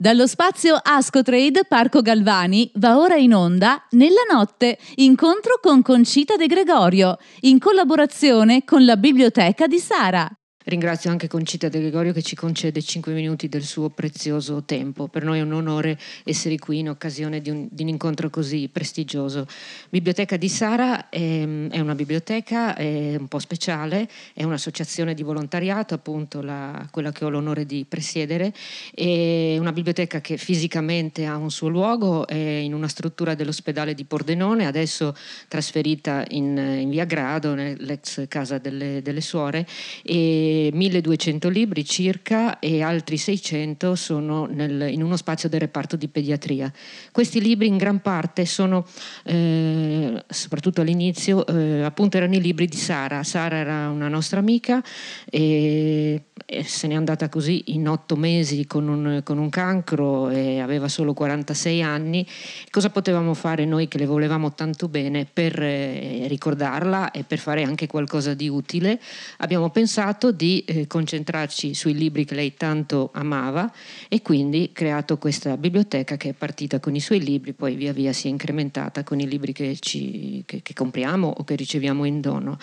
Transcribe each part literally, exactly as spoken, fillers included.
Dallo spazio Ascotrade Parco Galvani va ora in onda Nella notte, incontro con Concita De Gregorio, in collaborazione con la Biblioteca di Sara. Ringrazio anche Concita De Gregorio che ci concede cinque minuti del suo prezioso tempo. Per noi è un onore essere qui in occasione di un, di un incontro così prestigioso. Biblioteca di Sara è, è una biblioteca è un po' speciale, è un'associazione di volontariato, appunto la, quella che ho l'onore di presiedere. È una biblioteca che fisicamente ha un suo luogo, è in una struttura dell'ospedale di Pordenone, adesso trasferita in, in via Grado, nell'ex casa delle, delle suore, e milleduecento libri circa e altri seicento sono nel, in uno spazio del reparto di pediatria. Questi libri in gran parte sono, eh, soprattutto all'inizio, eh, appunto erano i libri di Sara. Sara era una nostra amica e, e se n'è andata così in otto mesi con un, con un cancro e aveva solo quarantasei anni. Cosa potevamo fare noi che le volevamo tanto bene per eh, ricordarla e per fare anche qualcosa di utile? Abbiamo pensato di eh, concentrarci sui libri che lei tanto amava e quindi creato questa biblioteca che è partita con i suoi libri, poi via via si è incrementata con i libri che, ci, che, che compriamo o che riceviamo in dono.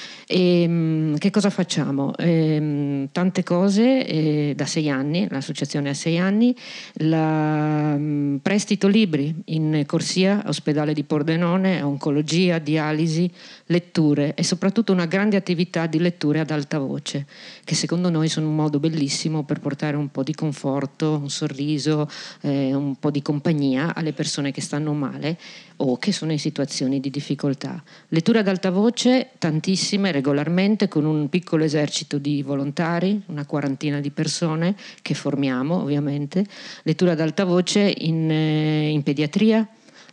E, che cosa facciamo? E, tante cose eh, da sei anni, l'associazione ha sei anni, la, mh, prestito libri in corsia, ospedale di Pordenone, oncologia, dialisi, letture e soprattutto una grande attività di letture ad alta voce, che secondo noi sono un modo bellissimo per portare un po' di conforto, un sorriso, eh, un po' di compagnia alle persone che stanno male o che sono in situazioni di difficoltà. Letture ad alta voce, tantissime, regolarmente, con un piccolo esercito di volontari, una quarantina di persone che formiamo ovviamente. Letture ad alta voce in, eh, in pediatria,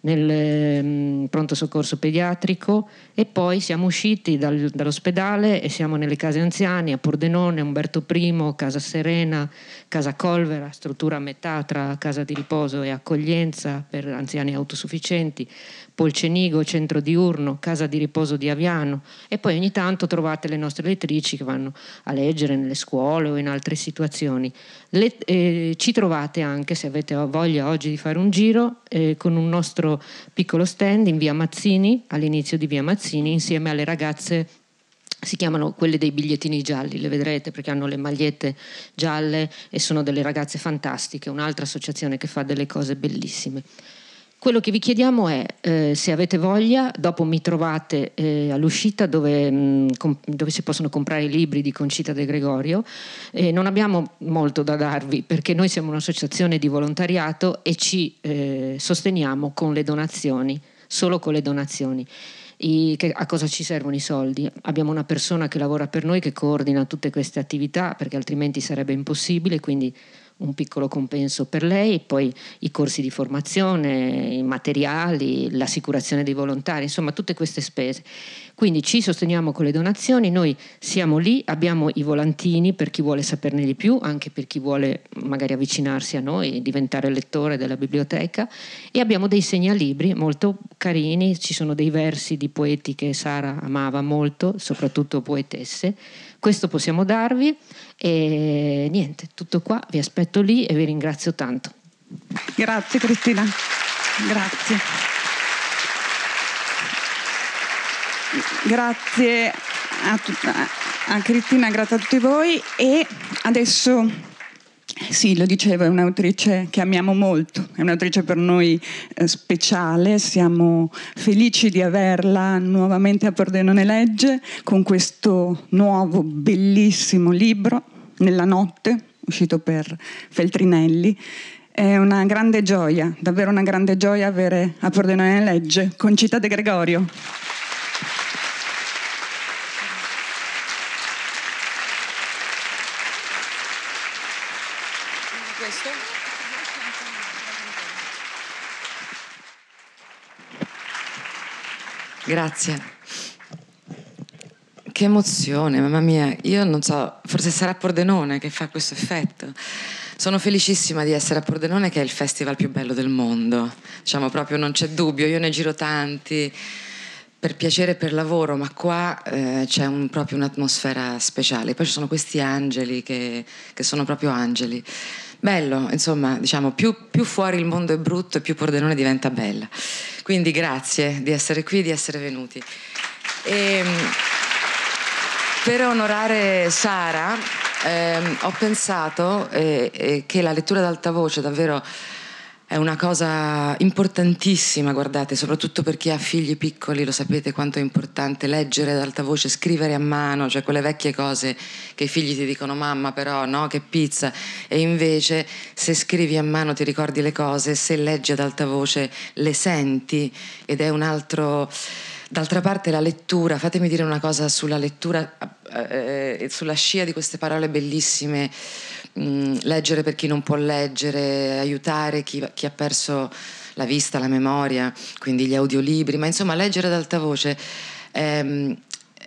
nel um, pronto soccorso pediatrico, e poi siamo usciti dal, dall'ospedale e siamo nelle case anziani a Pordenone, Umberto I, Casa Serena, Casa Colvera, struttura a metà tra casa di riposo e accoglienza per anziani autosufficienti, Polcenigo, centro diurno, casa di riposo di Aviano, e poi ogni tanto trovate le nostre lettrici che vanno a leggere nelle scuole o in altre situazioni. Le, eh, ci trovate anche, se avete voglia oggi di fare un giro, eh, con un nostro piccolo stand in via Mazzini, all'inizio di via Mazzini, insieme alle ragazze, si chiamano quelle dei bigliettini gialli, le vedrete perché hanno le magliette gialle e sono delle ragazze fantastiche, un'altra associazione che fa delle cose bellissime. Quello che vi chiediamo è, eh, se avete voglia, dopo mi trovate eh, all'uscita dove, mh, com- dove si possono comprare i libri di Concita De Gregorio. Eh, non abbiamo molto da darvi perché noi siamo un'associazione di volontariato e ci eh, sosteniamo con le donazioni, solo con le donazioni. I, che, a cosa ci servono i soldi? Abbiamo una persona che lavora per noi che coordina tutte queste attività perché altrimenti sarebbe impossibile, quindi un piccolo compenso per lei, poi i corsi di formazione, i materiali, l'assicurazione dei volontari, insomma tutte queste spese. Quindi ci sosteniamo con le donazioni, noi siamo lì, abbiamo i volantini per chi vuole saperne di più, anche per chi vuole magari avvicinarsi a noi e diventare lettore della biblioteca, e abbiamo dei segnalibri molto carini, ci sono dei versi di poeti che Sara amava molto, soprattutto poetesse. Questo possiamo darvi e niente, tutto qua, vi aspetto lì e vi ringrazio tanto. Grazie Cristina, grazie. Grazie a, tut- a Cristina, grazie a tutti voi. E adesso, sì, lo dicevo, è un'autrice che amiamo molto, è un'autrice per noi eh, speciale, siamo felici di averla nuovamente a Pordenone Legge con questo nuovo bellissimo libro, Nella notte, uscito per Feltrinelli. È una grande gioia, davvero una grande gioia avere a Pordenone Legge Concita De Gregorio. Grazie. Che emozione, mamma mia. Io non so, forse sarà Pordenone che fa questo effetto. Sono felicissima di essere a Pordenone, che è il festival più bello del mondo. Diciamo proprio, non c'è dubbio, io ne giro tanti per piacere e per lavoro, ma qua eh, c'è un, proprio un'atmosfera speciale. Poi ci sono questi angeli che, che sono proprio angeli. bello, insomma, diciamo, più, più fuori il mondo è brutto e più Pordenone diventa bella. Quindi grazie di essere qui, di essere venuti. E, per onorare Sara ehm, ho pensato eh, eh, che la lettura ad alta voce davvero è una cosa importantissima, guardate, soprattutto per chi ha figli piccoli, lo sapete quanto è importante leggere ad alta voce, scrivere a mano, cioè quelle vecchie cose che i figli ti dicono mamma però no, che pizza, e invece se scrivi a mano ti ricordi le cose, se leggi ad alta voce le senti ed è un altro... D'altra parte la lettura, fatemi dire una cosa sulla lettura, eh, sulla scia di queste parole bellissime, mh, leggere per chi non può leggere, aiutare chi, chi ha perso la vista, la memoria, quindi gli audiolibri, ma insomma leggere ad alta voce. Ehm,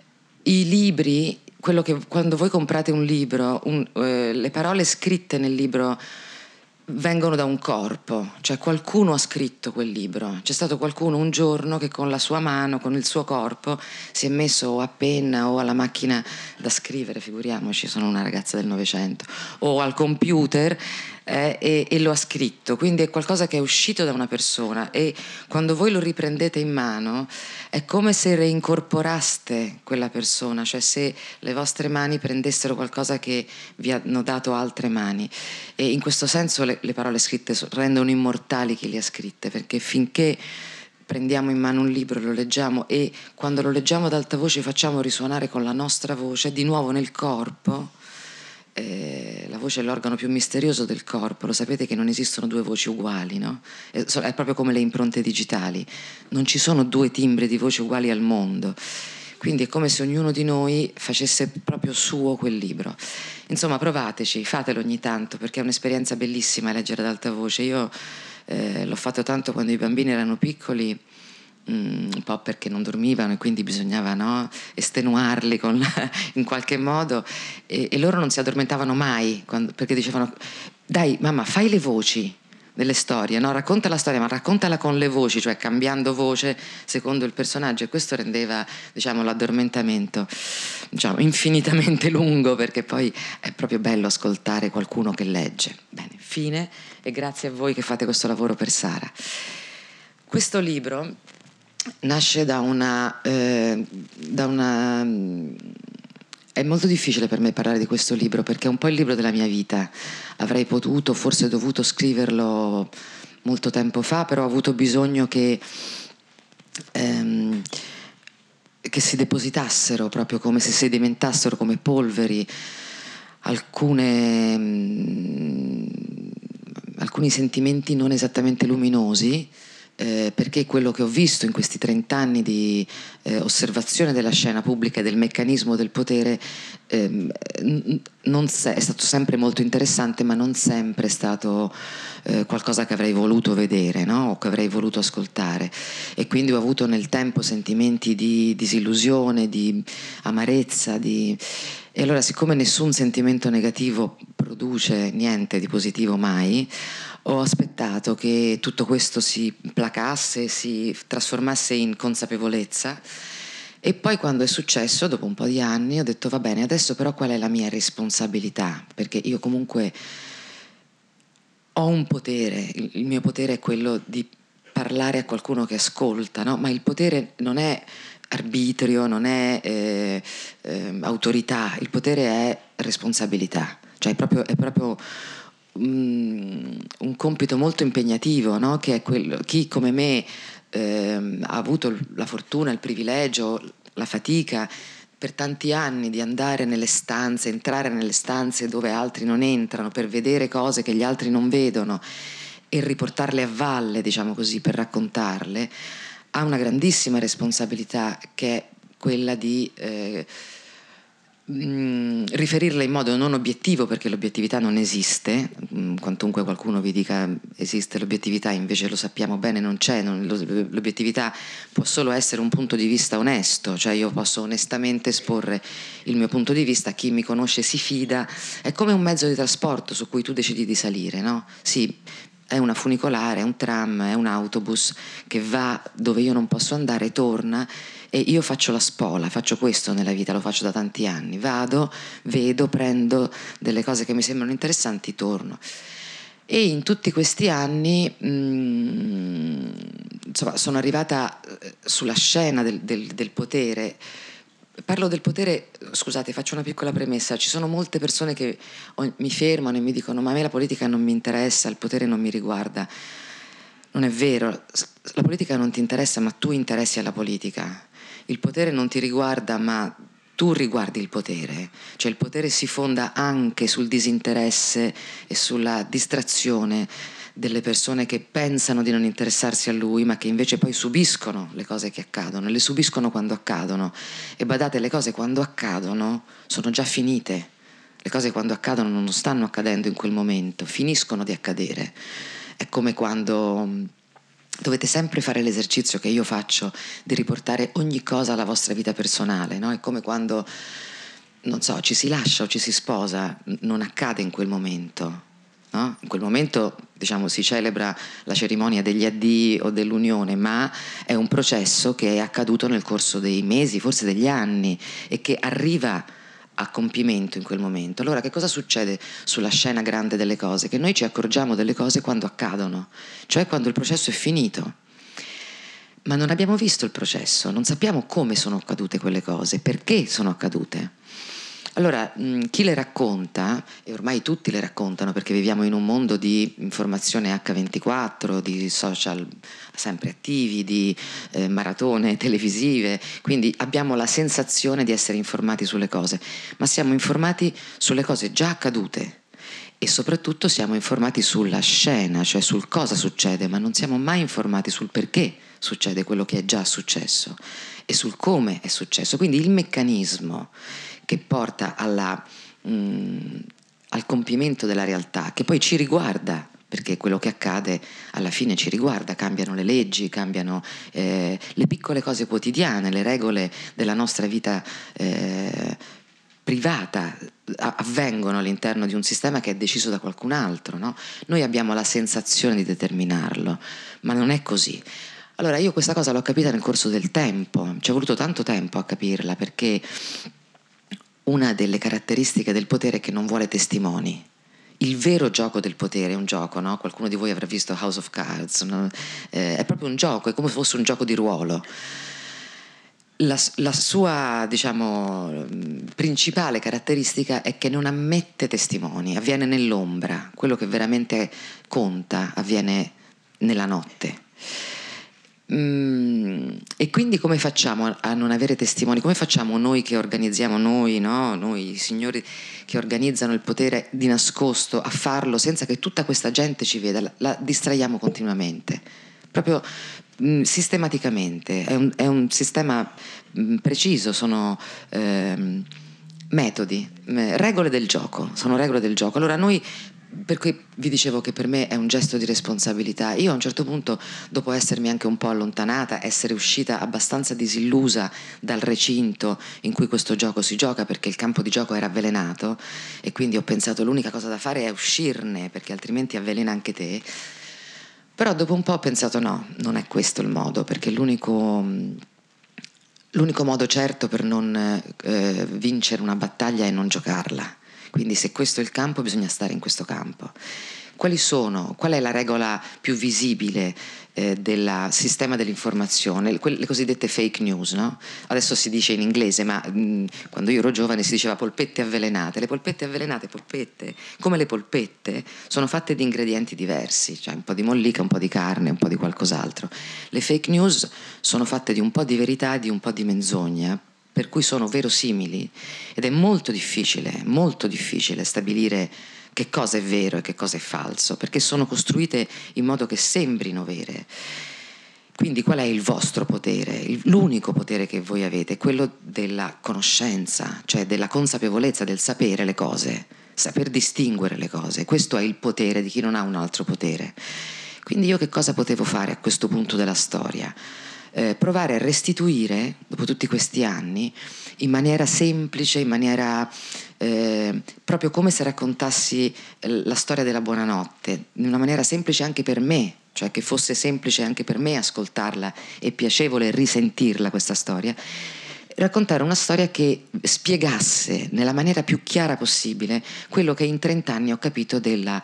i libri, quello che quando voi comprate un libro, un, eh, le parole scritte nel libro vengono da un corpo, cioè qualcuno ha scritto quel libro, c'è stato qualcuno un giorno che con la sua mano, con il suo corpo si è messo o a penna o alla macchina da scrivere, figuriamoci, sono una ragazza del Novecento, o al computer eh, e, e lo ha scritto, quindi è qualcosa che è uscito da una persona e quando voi lo riprendete in mano è come se reincorporaste quella persona, cioè se le vostre mani prendessero qualcosa che vi hanno dato altre mani, e in questo senso le, le parole scritte rendono immortali chi le ha scritte, perché finché prendiamo in mano un libro, lo leggiamo e quando lo leggiamo ad alta voce facciamo risuonare con la nostra voce di nuovo nel corpo. Eh, la voce è l'organo più misterioso del corpo, lo sapete che non esistono due voci uguali, no? È, è proprio come le impronte digitali, non ci sono due timbri di voce uguali al mondo, quindi è come se ognuno di noi facesse proprio suo quel libro. Insomma, provateci, fatelo ogni tanto, perché è un'esperienza bellissima leggere ad alta voce. Io eh, l'ho fatto tanto quando i bambini erano piccoli, un po' perché non dormivano e quindi bisognava, no, estenuarli con la, in qualche modo e, e loro non si addormentavano mai quando, perché dicevano dai mamma fai le voci delle storie, no? Racconta la storia ma raccontala con le voci, cioè cambiando voce secondo il personaggio, e questo rendeva, diciamo, l'addormentamento, diciamo, infinitamente lungo, perché poi è proprio bello ascoltare qualcuno che legge. Bene, fine, e grazie a voi che fate questo lavoro per Sara. Questo libro nasce da una, eh, da una... È molto difficile per me parlare di questo libro perché è un po' il libro della mia vita. Avrei potuto, forse dovuto scriverlo molto tempo fa, però ho avuto bisogno che, ehm, che si depositassero proprio come se sedimentassero come polveri alcune, mh, alcuni sentimenti non esattamente luminosi. Eh, perché quello che ho visto in questi trent'anni di eh, osservazione della scena pubblica e del meccanismo del potere ehm, non se- è stato sempre molto interessante, ma non sempre è stato eh, qualcosa che avrei voluto vedere, no? O che avrei voluto ascoltare, e quindi ho avuto nel tempo sentimenti di disillusione, di amarezza, di... e allora siccome nessun sentimento negativo produce niente di positivo mai, ho aspettato che tutto questo si placasse, si trasformasse in consapevolezza, e poi quando è successo, dopo un po' di anni, ho detto va bene, adesso però qual è la mia responsabilità? Perché io comunque ho un potere, il mio potere è quello di parlare a qualcuno che ascolta, no? Ma il potere non è arbitrio, non è eh, eh, autorità, il potere è responsabilità, cioè è proprio... È proprio un compito molto impegnativo, no? Che è quello, chi come me eh, ha avuto la fortuna, il privilegio, la fatica per tanti anni di andare nelle stanze, entrare nelle stanze dove altri non entrano, per vedere cose che gli altri non vedono e riportarle a valle, diciamo così, per raccontarle, ha una grandissima responsabilità, che è quella di eh, riferirla in modo non obiettivo, perché l'obiettività non esiste, quantunque qualcuno vi dica esiste l'obiettività, invece lo sappiamo bene, non c'è, non, l'obiettività può solo essere un punto di vista onesto, cioè io posso onestamente esporre il mio punto di vista, chi mi conosce si fida, è come un mezzo di trasporto su cui tu decidi di salire, no? Sì, è una funicolare, è un tram, è un autobus che va dove io non posso andare e torna, e io faccio la spola, faccio questo nella vita, lo faccio da tanti anni, vado, vedo, prendo delle cose che mi sembrano interessanti, torno. E in tutti questi anni mh, insomma, sono arrivata sulla scena del, del, del potere. Parlo del potere, scusate, faccio una piccola premessa. Ci sono molte persone che mi fermano e mi dicono: ma a me la politica non mi interessa, il potere non mi riguarda. Non è vero, la politica non ti interessa, ma tu interessi alla politica. Il potere non ti riguarda, ma tu riguardi il potere. Cioè il potere si fonda anche sul disinteresse e sulla distrazione delle persone che pensano di non interessarsi a lui, ma che invece poi subiscono le cose che accadono, le subiscono quando accadono. E badate, le cose quando accadono sono già finite. Le cose quando accadono non stanno accadendo in quel momento, finiscono di accadere. È come quando dovete sempre fare l'esercizio che io faccio di riportare ogni cosa alla vostra vita personale, no? È come quando, non so, ci si lascia o ci si sposa, non accade in quel momento. No? In quel momento, diciamo, si celebra la cerimonia degli addii o dell'unione, ma è un processo che è accaduto nel corso dei mesi, forse degli anni, e che arriva a compimento in quel momento. Allora, che cosa succede sulla scena grande delle cose? Che noi ci accorgiamo delle cose quando accadono, cioè quando il processo è finito. Ma non abbiamo visto il processo, non sappiamo come sono accadute quelle cose, perché sono accadute. Allora, chi le racconta, e ormai tutti le raccontano perché viviamo in un mondo di informazione acca ventiquattro, di social sempre attivi, di eh, maratone televisive, quindi abbiamo la sensazione di essere informati sulle cose, ma siamo informati sulle cose già accadute e soprattutto siamo informati sulla scena, cioè sul cosa succede, ma non siamo mai informati sul perché succede quello che è già successo e sul come è successo. Quindi il meccanismo che porta alla, mh, al compimento della realtà, che poi ci riguarda, perché quello che accade alla fine ci riguarda, cambiano le leggi, cambiano eh, le piccole cose quotidiane, le regole della nostra vita eh, privata avvengono all'interno di un sistema che è deciso da qualcun altro, no? Noi abbiamo la sensazione di determinarlo, ma non è così. Allora io questa cosa l'ho capita nel corso del tempo, ci è voluto tanto tempo a capirla, perché una delle caratteristiche del potere è che non vuole testimoni. Il vero gioco del potere è un gioco, no? Qualcuno di voi avrà visto House of Cards, no? eh, è proprio un gioco, è come se fosse un gioco di ruolo. La, la sua, diciamo, principale caratteristica è che non ammette testimoni, avviene nell'ombra, quello che veramente conta avviene nella notte. Mm, e quindi come facciamo a non avere testimoni? Come facciamo noi che organizziamo, noi, no? Noi signori che organizzano il potere di nascosto, a farlo senza che tutta questa gente ci veda? La, la distraiamo continuamente, proprio mh, sistematicamente. È un, è un sistema mh, preciso, sono ehm, metodi, mh, regole del gioco, sono regole del gioco. Allora noi, per cui vi dicevo che per me è un gesto di responsabilità. Io a un certo punto, dopo essermi anche un po' allontanata, essere uscita abbastanza disillusa dal recinto in cui questo gioco si gioca, perché il campo di gioco era avvelenato, e quindi ho pensato l'unica cosa da fare è uscirne, perché altrimenti avvelena anche te. Però dopo un po' ho pensato no, non è questo il modo, perché l'unico, l'unico modo certo per non eh, vincere una battaglia è non giocarla. Quindi se questo è il campo, bisogna stare in questo campo. Quali sono, qual è la regola più visibile eh, del sistema dell'informazione? Que- le cosiddette fake news, no? Adesso si dice in inglese, ma mh, quando io ero giovane si diceva polpette avvelenate. Le polpette avvelenate, polpette, come le polpette, sono fatte di ingredienti diversi, cioè un po' di mollica, un po' di carne, un po' di qualcos'altro. Le fake news sono fatte di un po' di verità e di un po' di menzogna, per cui sono verosimili, ed è molto difficile, molto difficile stabilire che cosa è vero e che cosa è falso, perché sono costruite in modo che sembrino vere. Quindi qual è il vostro potere? L'unico potere che voi avete è quello della conoscenza, cioè della consapevolezza, del sapere le cose, saper distinguere le cose. Questo è il potere di chi non ha un altro potere. Quindi io che cosa potevo fare a questo punto della storia? Eh, provare a restituire, dopo tutti questi anni, in maniera semplice, in maniera eh, proprio come se raccontassi la storia della buonanotte, in una maniera semplice anche per me, cioè che fosse semplice anche per me ascoltarla e piacevole risentirla questa storia, raccontare una storia che spiegasse nella maniera più chiara possibile quello che in trent'anni ho capito della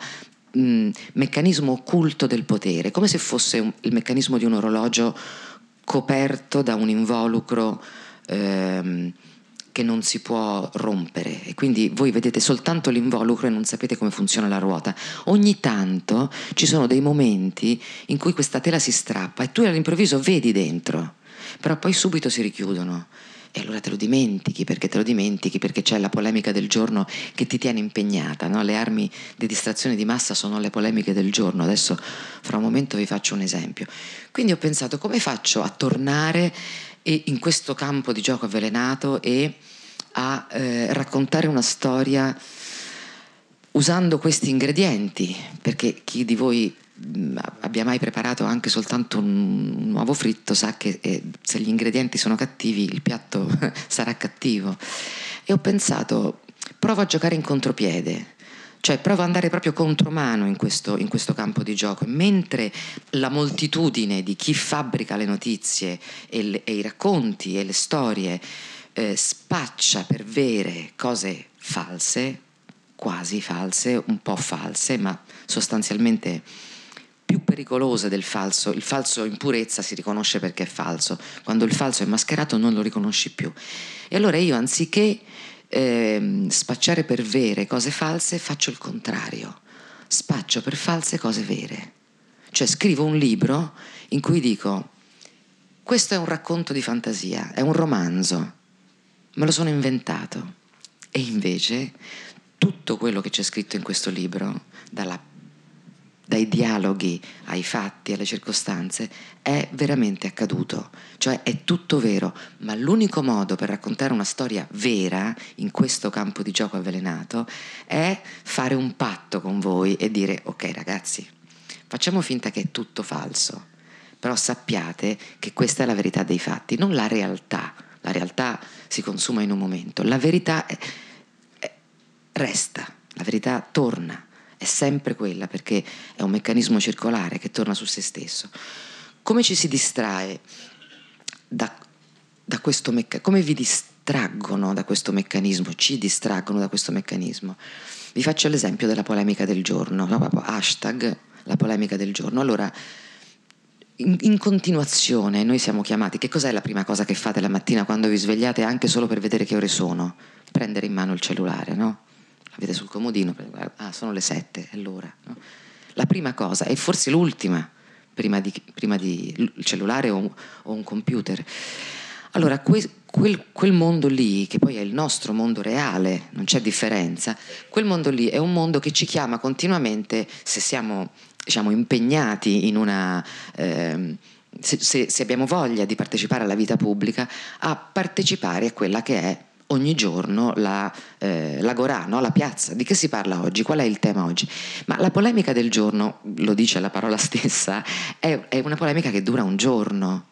mh, meccanismo occulto del potere, come se fosse un, il meccanismo di un orologio coperto da un involucro ehm, che non si può rompere, e quindi voi vedete soltanto l'involucro e non sapete come funziona la ruota. Ogni tanto ci sono dei momenti in cui questa tela si strappa e tu all'improvviso vedi dentro, però poi subito si richiudono. E allora te lo dimentichi, perché te lo dimentichi perché c'è la polemica del giorno che ti tiene impegnata, no? Le armi di distrazione di massa sono le polemiche del giorno. Adesso fra un momento vi faccio un esempio. Quindi ho pensato, come faccio a tornare e in questo campo di gioco avvelenato e a eh, raccontare una storia usando questi ingredienti, perché chi di voi mh, abbia mai preparato anche soltanto un, un uovo fritto sa che eh, se gli ingredienti sono cattivi il piatto sarà cattivo. E ho pensato, provo a giocare in contropiede, cioè provo ad andare proprio contromano in questo, in questo campo di gioco, mentre la moltitudine di chi fabbrica le notizie e, le, e i racconti e le storie eh, spaccia per vere cose false, quasi false, un po' false, ma sostanzialmente più pericolose del falso. Il falso in purezza si riconosce perché è falso, quando il falso è mascherato non lo riconosci più. E allora io, anziché Eh, spacciare per vere cose false, faccio il contrario, spaccio per false cose vere, cioè scrivo un libro in cui dico: questo è un racconto di fantasia, è un romanzo, me lo sono inventato. E invece tutto quello che c'è scritto in questo libro, dalla dai dialoghi ai fatti, alle circostanze, è veramente accaduto, cioè è tutto vero, ma l'unico modo per raccontare una storia vera in questo campo di gioco avvelenato è fare un patto con voi e dire: ok ragazzi, facciamo finta che è tutto falso, però sappiate che questa è la verità dei fatti, non la realtà. La realtà si consuma in un momento, la verità è, è, resta, la verità torna. È sempre quella, perché è un meccanismo circolare che torna su se stesso. Come ci si distrae da, da questo meccanismo? Come vi distraggono da questo meccanismo? Ci distraggono da questo meccanismo? Vi faccio l'esempio della polemica del giorno, no? Proprio hashtag la polemica del giorno. Allora, in, in continuazione noi siamo chiamati. Che cos'è la prima cosa che fate la mattina quando vi svegliate, anche solo per vedere che ore sono? Prendere in mano il cellulare, no? Avete sul comodino, ah, sono le sette, è l'ora, no? La prima cosa, e forse l'ultima, prima di, prima di il cellulare o, o un computer. Allora, que, quel, quel mondo lì, che poi è il nostro mondo reale, non c'è differenza, quel mondo lì è un mondo che ci chiama continuamente, se siamo, diciamo, impegnati in una... Eh, se, se, se abbiamo voglia di partecipare alla vita pubblica, a partecipare a quella che è ogni giorno la, eh, l'agorà, no? La piazza. Di che si parla oggi? Qual è il tema oggi? Ma la polemica del giorno, lo dice la parola stessa, è, è una polemica che dura un giorno.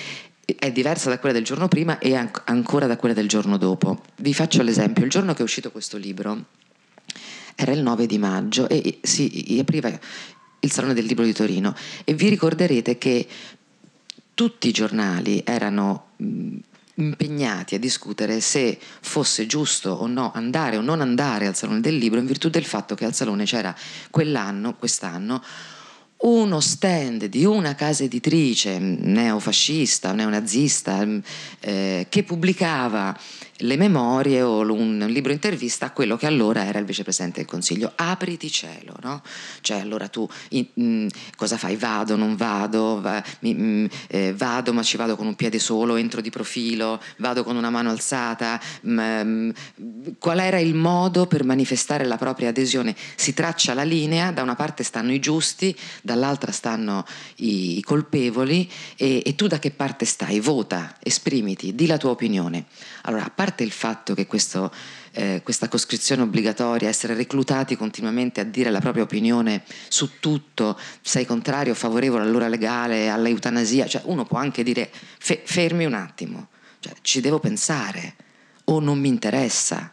È diversa da quella del giorno prima e an- ancora da quella del giorno dopo. Vi faccio l'esempio. Il giorno che è uscito questo libro era il nove di maggio e si apriva il Salone del Libro di Torino, e vi ricorderete che tutti i giornali erano mh, impegnati a discutere se fosse giusto o no andare o non andare al Salone del Libro, in virtù del fatto che al Salone c'era quell'anno, quest'anno, uno stand di una casa editrice neofascista, neonazista, eh, che pubblicava le memorie o un libro intervista a quello che allora era il vicepresidente del Consiglio. Apriti cielo, no? Cioè allora tu in, mh, cosa fai? Vado, non vado, va, mi, mh, eh, vado ma ci vado con un piede solo, entro di profilo, vado con una mano alzata. Mh, qual era il modo per manifestare la propria adesione? Si traccia la linea, da una parte stanno i giusti, dall'altra stanno i, i colpevoli, e, e tu da che parte stai? Vota, esprimiti, di la tua opinione. Allora, a parte il fatto che questo, eh, questa coscrizione obbligatoria, essere reclutati continuamente a dire la propria opinione su tutto, sei contrario o favorevole all'ora legale, all'eutanasia, cioè uno può anche dire fe- fermi un attimo, cioè, ci devo pensare o non mi interessa.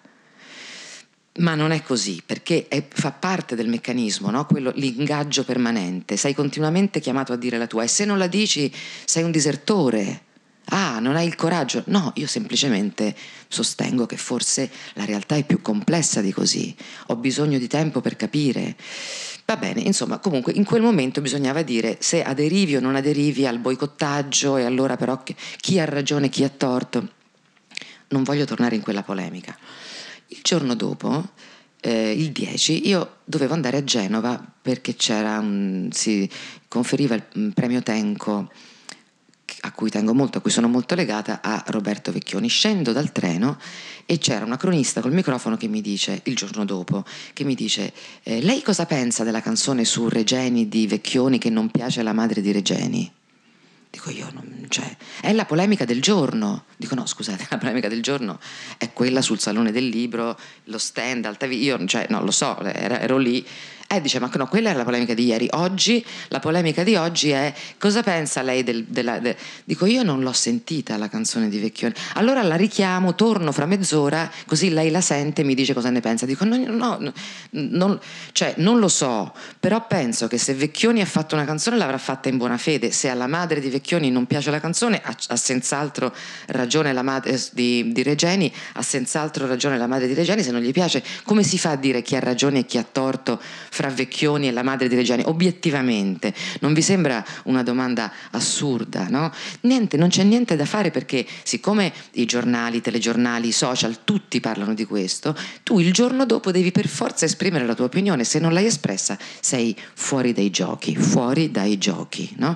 Ma non è così, perché è, fa parte del meccanismo, no? Quello, l'ingaggio permanente, sei continuamente chiamato a dire la tua, e se non la dici sei un disertore. Ah, non hai il coraggio? No, io semplicemente sostengo che forse la realtà è più complessa di così. Ho bisogno di tempo per capire. Va bene, insomma, comunque in quel momento bisognava dire se aderivi o non aderivi al boicottaggio, e allora però chi ha ragione, chi ha torto. Non voglio tornare in quella polemica. Il giorno dopo, eh, il dieci, io dovevo andare a Genova perché c'era un, si conferiva il premio Tenco, a cui tengo molto, a cui sono molto legata, a Roberto Vecchioni. Scendo dal treno e c'era una cronista col microfono che mi dice, il giorno dopo, che mi dice eh, lei cosa pensa della canzone su Regeni di Vecchioni che non piace alla madre di Regeni? Dico io, non, cioè, è la polemica del giorno. Dico no, scusate, la polemica del giorno è quella sul Salone del Libro, lo stand, Altavia, io cioè, no, lo so, ero, ero lì. Eh, dice, ma no, quella era la polemica di ieri. Oggi, la polemica di oggi è cosa pensa lei del, della... De... Dico, io non l'ho sentita la canzone di Vecchioni. Allora la richiamo, torno fra mezz'ora, così lei la sente e mi dice cosa ne pensa. Dico, no, no, no non, cioè, non lo so, però penso che se Vecchioni ha fatto una canzone l'avrà fatta in buona fede. Se alla madre di Vecchioni non piace la canzone, ha, ha senz'altro ragione la madre di, di Regeni, ha senz'altro ragione la madre di Regeni. Se non gli piace, come si fa a dire chi ha ragione e chi ha torto fra Vecchioni e la madre di Regeni? Obiettivamente non vi sembra una domanda assurda, no? Niente, non c'è niente da fare, perché siccome i giornali, i telegiornali, i social, tutti parlano di questo, tu il giorno dopo devi per forza esprimere la tua opinione. Se non l'hai espressa sei fuori dai giochi, fuori dai giochi, no?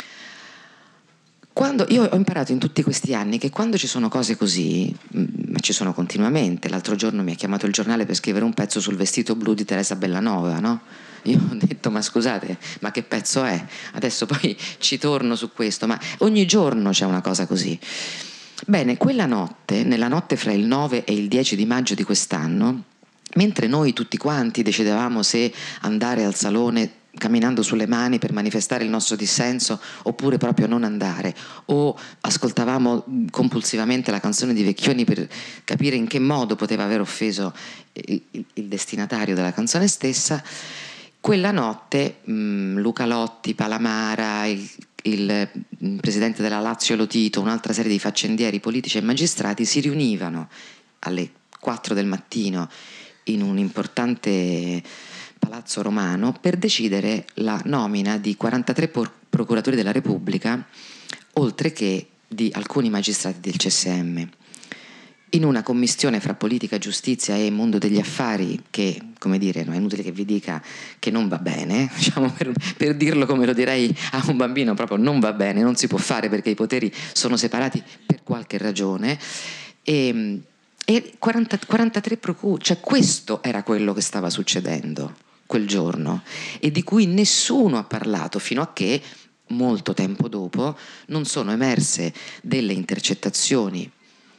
Quando, io ho imparato in tutti questi anni che quando ci sono cose così, ma ci sono continuamente. L'altro giorno mi ha chiamato il giornale per scrivere un pezzo sul vestito blu di Teresa Bellanova, no? Io ho detto, ma scusate, ma che pezzo è? Adesso poi ci torno su questo, ma ogni giorno c'è una cosa così. Bene, quella notte, nella notte fra il nove e il dieci di maggio di quest'anno, mentre noi tutti quanti decidevamo se andare al salone camminando sulle mani per manifestare il nostro dissenso oppure proprio non andare, o ascoltavamo compulsivamente la canzone di Vecchioni per capire in che modo poteva aver offeso il, il, il destinatario della canzone stessa, quella notte mh, Luca Lotti, Palamara, il, il presidente della Lazio Lotito, un'altra serie di faccendieri politici e magistrati si riunivano alle quattro del mattino in un importante Palazzo Romano per decidere la nomina di quarantatré por- procuratori della Repubblica, oltre che di alcuni magistrati del C S M, in una commistione fra politica, giustizia e mondo degli affari che, come dire, non è inutile che vi dica che non va bene, diciamo, per, per dirlo come lo direi a un bambino, proprio non va bene, non si può fare perché i poteri sono separati per qualche ragione. E, e quaranta, quarantatré procure, cioè questo era quello che stava succedendo quel giorno e di cui nessuno ha parlato fino a che molto tempo dopo non sono emerse delle intercettazioni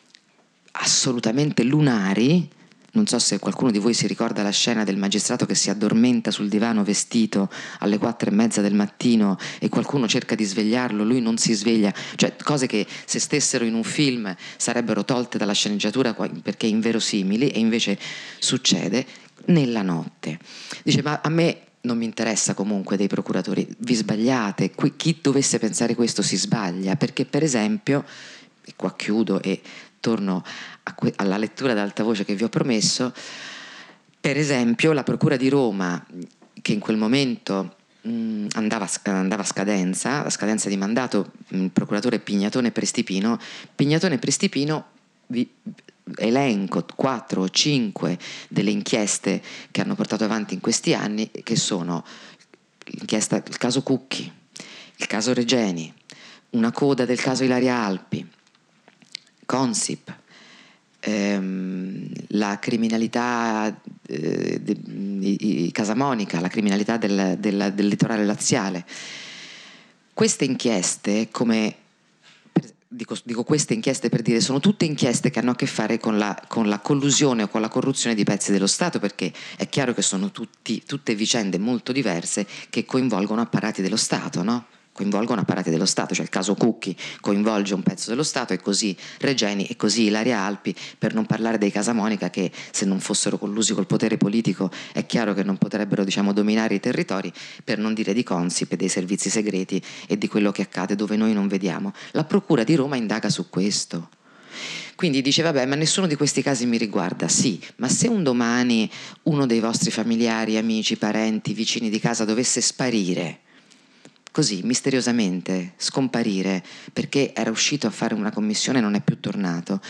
assolutamente lunari. Non so se qualcuno di voi si ricorda la scena del magistrato che si addormenta sul divano vestito alle quattro e mezza del mattino e qualcuno cerca di svegliarlo, lui non si sveglia, cioè cose che se stessero in un film sarebbero tolte dalla sceneggiatura perché inverosimili, e invece succede nella notte. Dice, ma a me non mi interessa comunque dei procuratori, vi sbagliate, qui, chi dovesse pensare questo si sbaglia, perché per esempio, e qua chiudo e torno a que- alla lettura ad alta voce che vi ho promesso, per esempio la Procura di Roma, che in quel momento mh, andava, andava a scadenza, a scadenza di mandato, il procuratore Pignatone Prestipino, Pignatone Prestipino vi, elenco quattro o cinque delle inchieste che hanno portato avanti in questi anni, che sono l'inchiesta, il caso Cucchi, il caso Regeni, una coda del caso Ilaria Alpi, Consip, ehm, la criminalità eh, di, di Casa Monica, la criminalità del, del, del litorale laziale. Queste inchieste, come per, dico, dico queste inchieste per dire, sono tutte inchieste che hanno a che fare con la, con la collusione o con la corruzione di pezzi dello Stato, perché è chiaro che sono tutti, tutte vicende molto diverse che coinvolgono apparati dello Stato, no? coinvolgono apparati dello Stato, cioè il caso Cucchi coinvolge un pezzo dello Stato, e così Regeni, e così Ilaria Alpi, per non parlare dei Casamonica, che se non fossero collusi col potere politico è chiaro che non potrebbero, diciamo, dominare i territori, per non dire di Consip e dei servizi segreti e di quello che accade dove noi non vediamo. La Procura di Roma indaga su questo. Quindi dice, vabbè, ma nessuno di questi casi mi riguarda. Sì, ma se un domani uno dei vostri familiari, amici, parenti, vicini di casa dovesse sparire, così misteriosamente scomparire perché era uscito a fare una commissione e non è più tornato,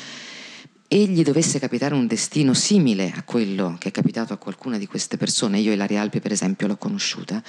e gli dovesse capitare un destino simile a quello che è capitato a qualcuna di queste persone, io Ilaria Alpi per esempio l'ho conosciuta,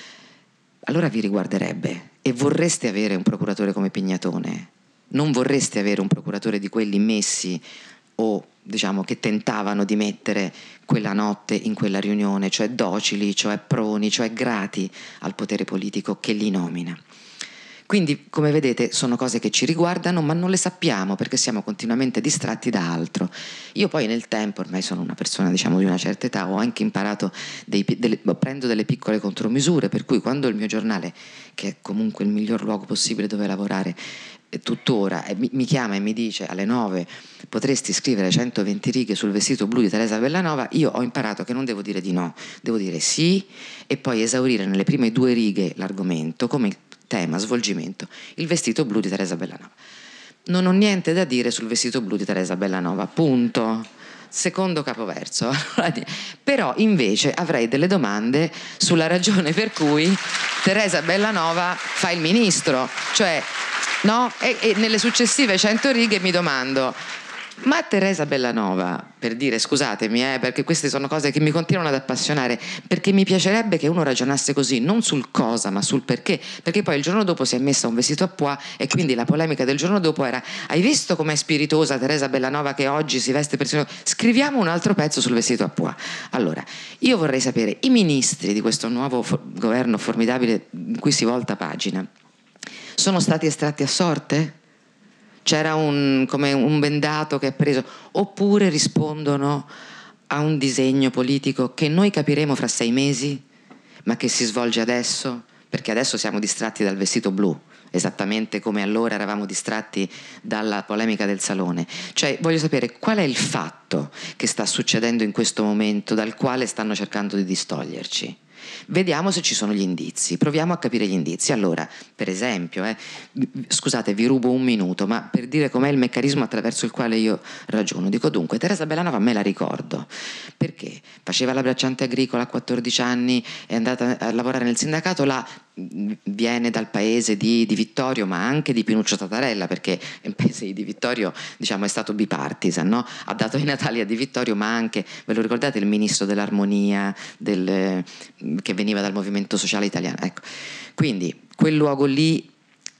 allora vi riguarderebbe e vorreste avere un procuratore come Pignatone. Non vorreste avere un procuratore di quelli messi o, diciamo, che tentavano di mettere quella notte in quella riunione, cioè docili, cioè proni, cioè grati al potere politico che li nomina. Quindi, come vedete, sono cose che ci riguardano, ma non le sappiamo perché siamo continuamente distratti da altro. Io poi nel tempo, ormai sono una persona, diciamo, di una certa età, ho anche imparato, dei, delle, prendo delle piccole contromisure, per cui quando il mio giornale, che è comunque il miglior luogo possibile dove lavorare, tuttora e mi, mi chiama e mi dice alle nove potresti scrivere centoventi righe sul vestito blu di Teresa Bellanova, io ho imparato che non devo dire di no, devo dire sì e poi esaurire nelle prime due righe l'argomento come tema, svolgimento, il vestito blu di Teresa Bellanova. Non ho niente da dire sul vestito blu di Teresa Bellanova, punto. Secondo capoverso. Però invece avrei delle domande sulla ragione per cui Teresa Bellanova fa il ministro, cioè no? E, e nelle successive cento righe mi domando, ma Teresa Bellanova, per dire, scusatemi, eh, perché queste sono cose che mi continuano ad appassionare, perché mi piacerebbe che uno ragionasse così, non sul cosa, ma sul perché, perché poi il giorno dopo si è messa un vestito a pois e quindi la polemica del giorno dopo era: hai visto com'è spiritosa Teresa Bellanova che oggi si veste per... Scriviamo un altro pezzo sul vestito a pois. Allora, io vorrei sapere, i ministri di questo nuovo for- governo formidabile in cui si volta pagina, sono stati estratti a sorte? C'era un, come un bendato che è preso, oppure rispondono a un disegno politico che noi capiremo fra sei mesi, ma che si svolge adesso, perché adesso siamo distratti dal vestito blu, esattamente come allora eravamo distratti dalla polemica del salone. Cioè, voglio sapere qual è il fatto che sta succedendo in questo momento dal quale stanno cercando di distoglierci. Vediamo se ci sono gli indizi, proviamo a capire gli indizi. Allora, per esempio, eh, scusate, vi rubo un minuto, ma per dire com'è il meccanismo attraverso il quale io ragiono, dico dunque, Teresa Bellanova me la ricordo, perché faceva la bracciante agricola a quattordici anni, è andata a lavorare nel sindacato, là viene dal paese di, di Vittorio, ma anche di Pinuccio Tatarella, perché il paese di Vittorio, diciamo, è stato bipartisan, no? Ha dato i natali a Di Vittorio, ma anche, ve lo ricordate, il ministro dell'armonia del, che veniva dal movimento sociale italiano, ecco. Quindi quel luogo lì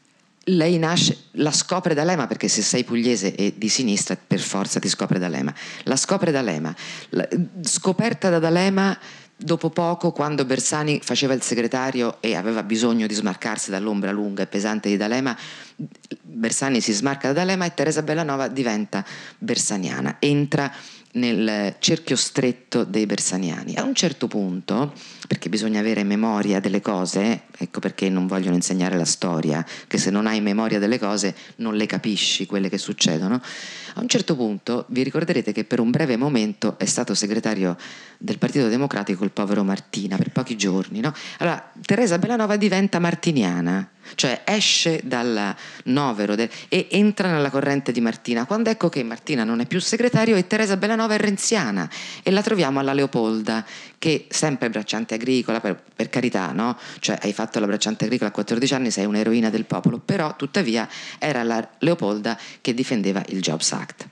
lei nasce, la scopre D'Alema, perché se sei pugliese e di sinistra per forza ti scopre D'Alema, la scopre D'Alema, la, scoperta da D'Alema dopo poco, quando Bersani faceva il segretario e aveva bisogno di smarcarsi dall'ombra lunga e pesante di D'Alema, Bersani si smarca da D'Alema e Teresa Bellanova diventa bersaniana, entra nel cerchio stretto dei bersaniani. A un certo punto, perché bisogna avere memoria delle cose, ecco perché non vogliono insegnare la storia, che se non hai memoria delle cose non le capisci quelle che succedono. A un certo punto vi ricorderete che per un breve momento è stato segretario del Partito Democratico il povero Martina, per pochi giorni, no? Allora Teresa Bellanova diventa martiniana, cioè esce dal novero de- e entra nella corrente di Martina, quando ecco che Martina non è più segretario e Teresa Bellanova è renziana, e la troviamo alla Leopolda, che sempre bracciante agricola, per, per carità, no? Cioè hai fatto la bracciante agricola a quattordici anni, sei un'eroina del popolo, però tuttavia era la Leopolda che difendeva il Jobs Act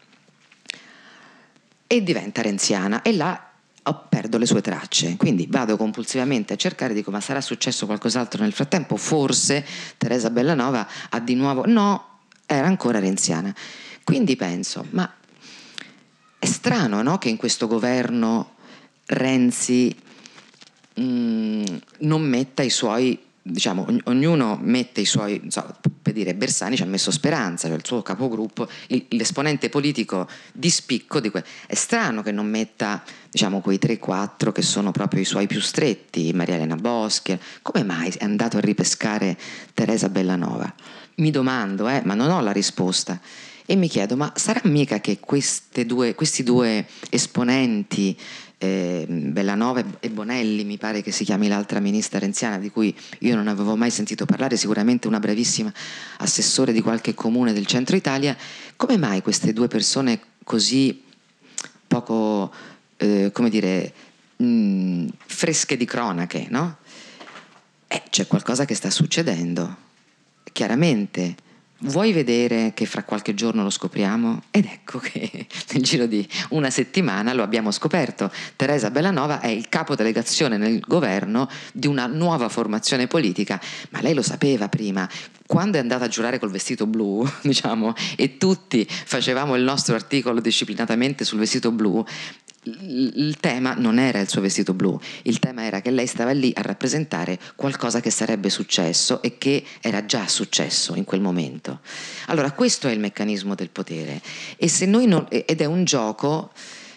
e diventa renziana, e là oh, perdo le sue tracce, quindi vado compulsivamente a cercare, dico ma sarà successo qualcos'altro nel frattempo, forse Teresa Bellanova ha di nuovo, no, era ancora renziana. Quindi penso, ma è strano, no, che in questo governo Renzi mh, non metta i suoi, diciamo, ognuno mette i suoi, so, dire, Bersani ci ha messo Speranza, cioè il suo capogruppo, il, l'esponente politico di spicco di que- è strano che non metta, diciamo, quei tre quattro che sono proprio i suoi più stretti, Maria Elena Boschi. Come mai è andato a ripescare Teresa Bellanova? Mi domando, eh, ma non ho la risposta. E mi chiedo, ma sarà mica che queste due, questi due esponenti, eh, Bellanova e Bonelli, mi pare che si chiami l'altra ministra renziana, di cui io non avevo mai sentito parlare, sicuramente una bravissima assessore di qualche comune del centro Italia, come mai queste due persone così poco, eh, come dire, mh, fresche di cronache, no? Eh, c'è qualcosa che sta succedendo, chiaramente. Vuoi vedere che fra qualche giorno lo scopriamo? Ed ecco che nel giro di una settimana lo abbiamo scoperto. Teresa Bellanova è il capo delegazione nel governo di una nuova formazione politica, ma lei lo sapeva prima. Quando è andata a giurare col vestito blu, diciamo, e tutti facevamo il nostro articolo disciplinatamente sul vestito blu, il tema non era il suo vestito blu, il tema era che lei stava lì a rappresentare qualcosa che sarebbe successo e che era già successo in quel momento. Allora questo è il meccanismo del potere, e se noi non, ed è un gioco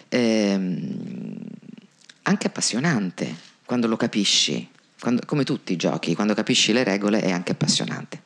ehm, anche appassionante quando lo capisci, quando, come tutti i giochi, quando capisci le regole è anche appassionante.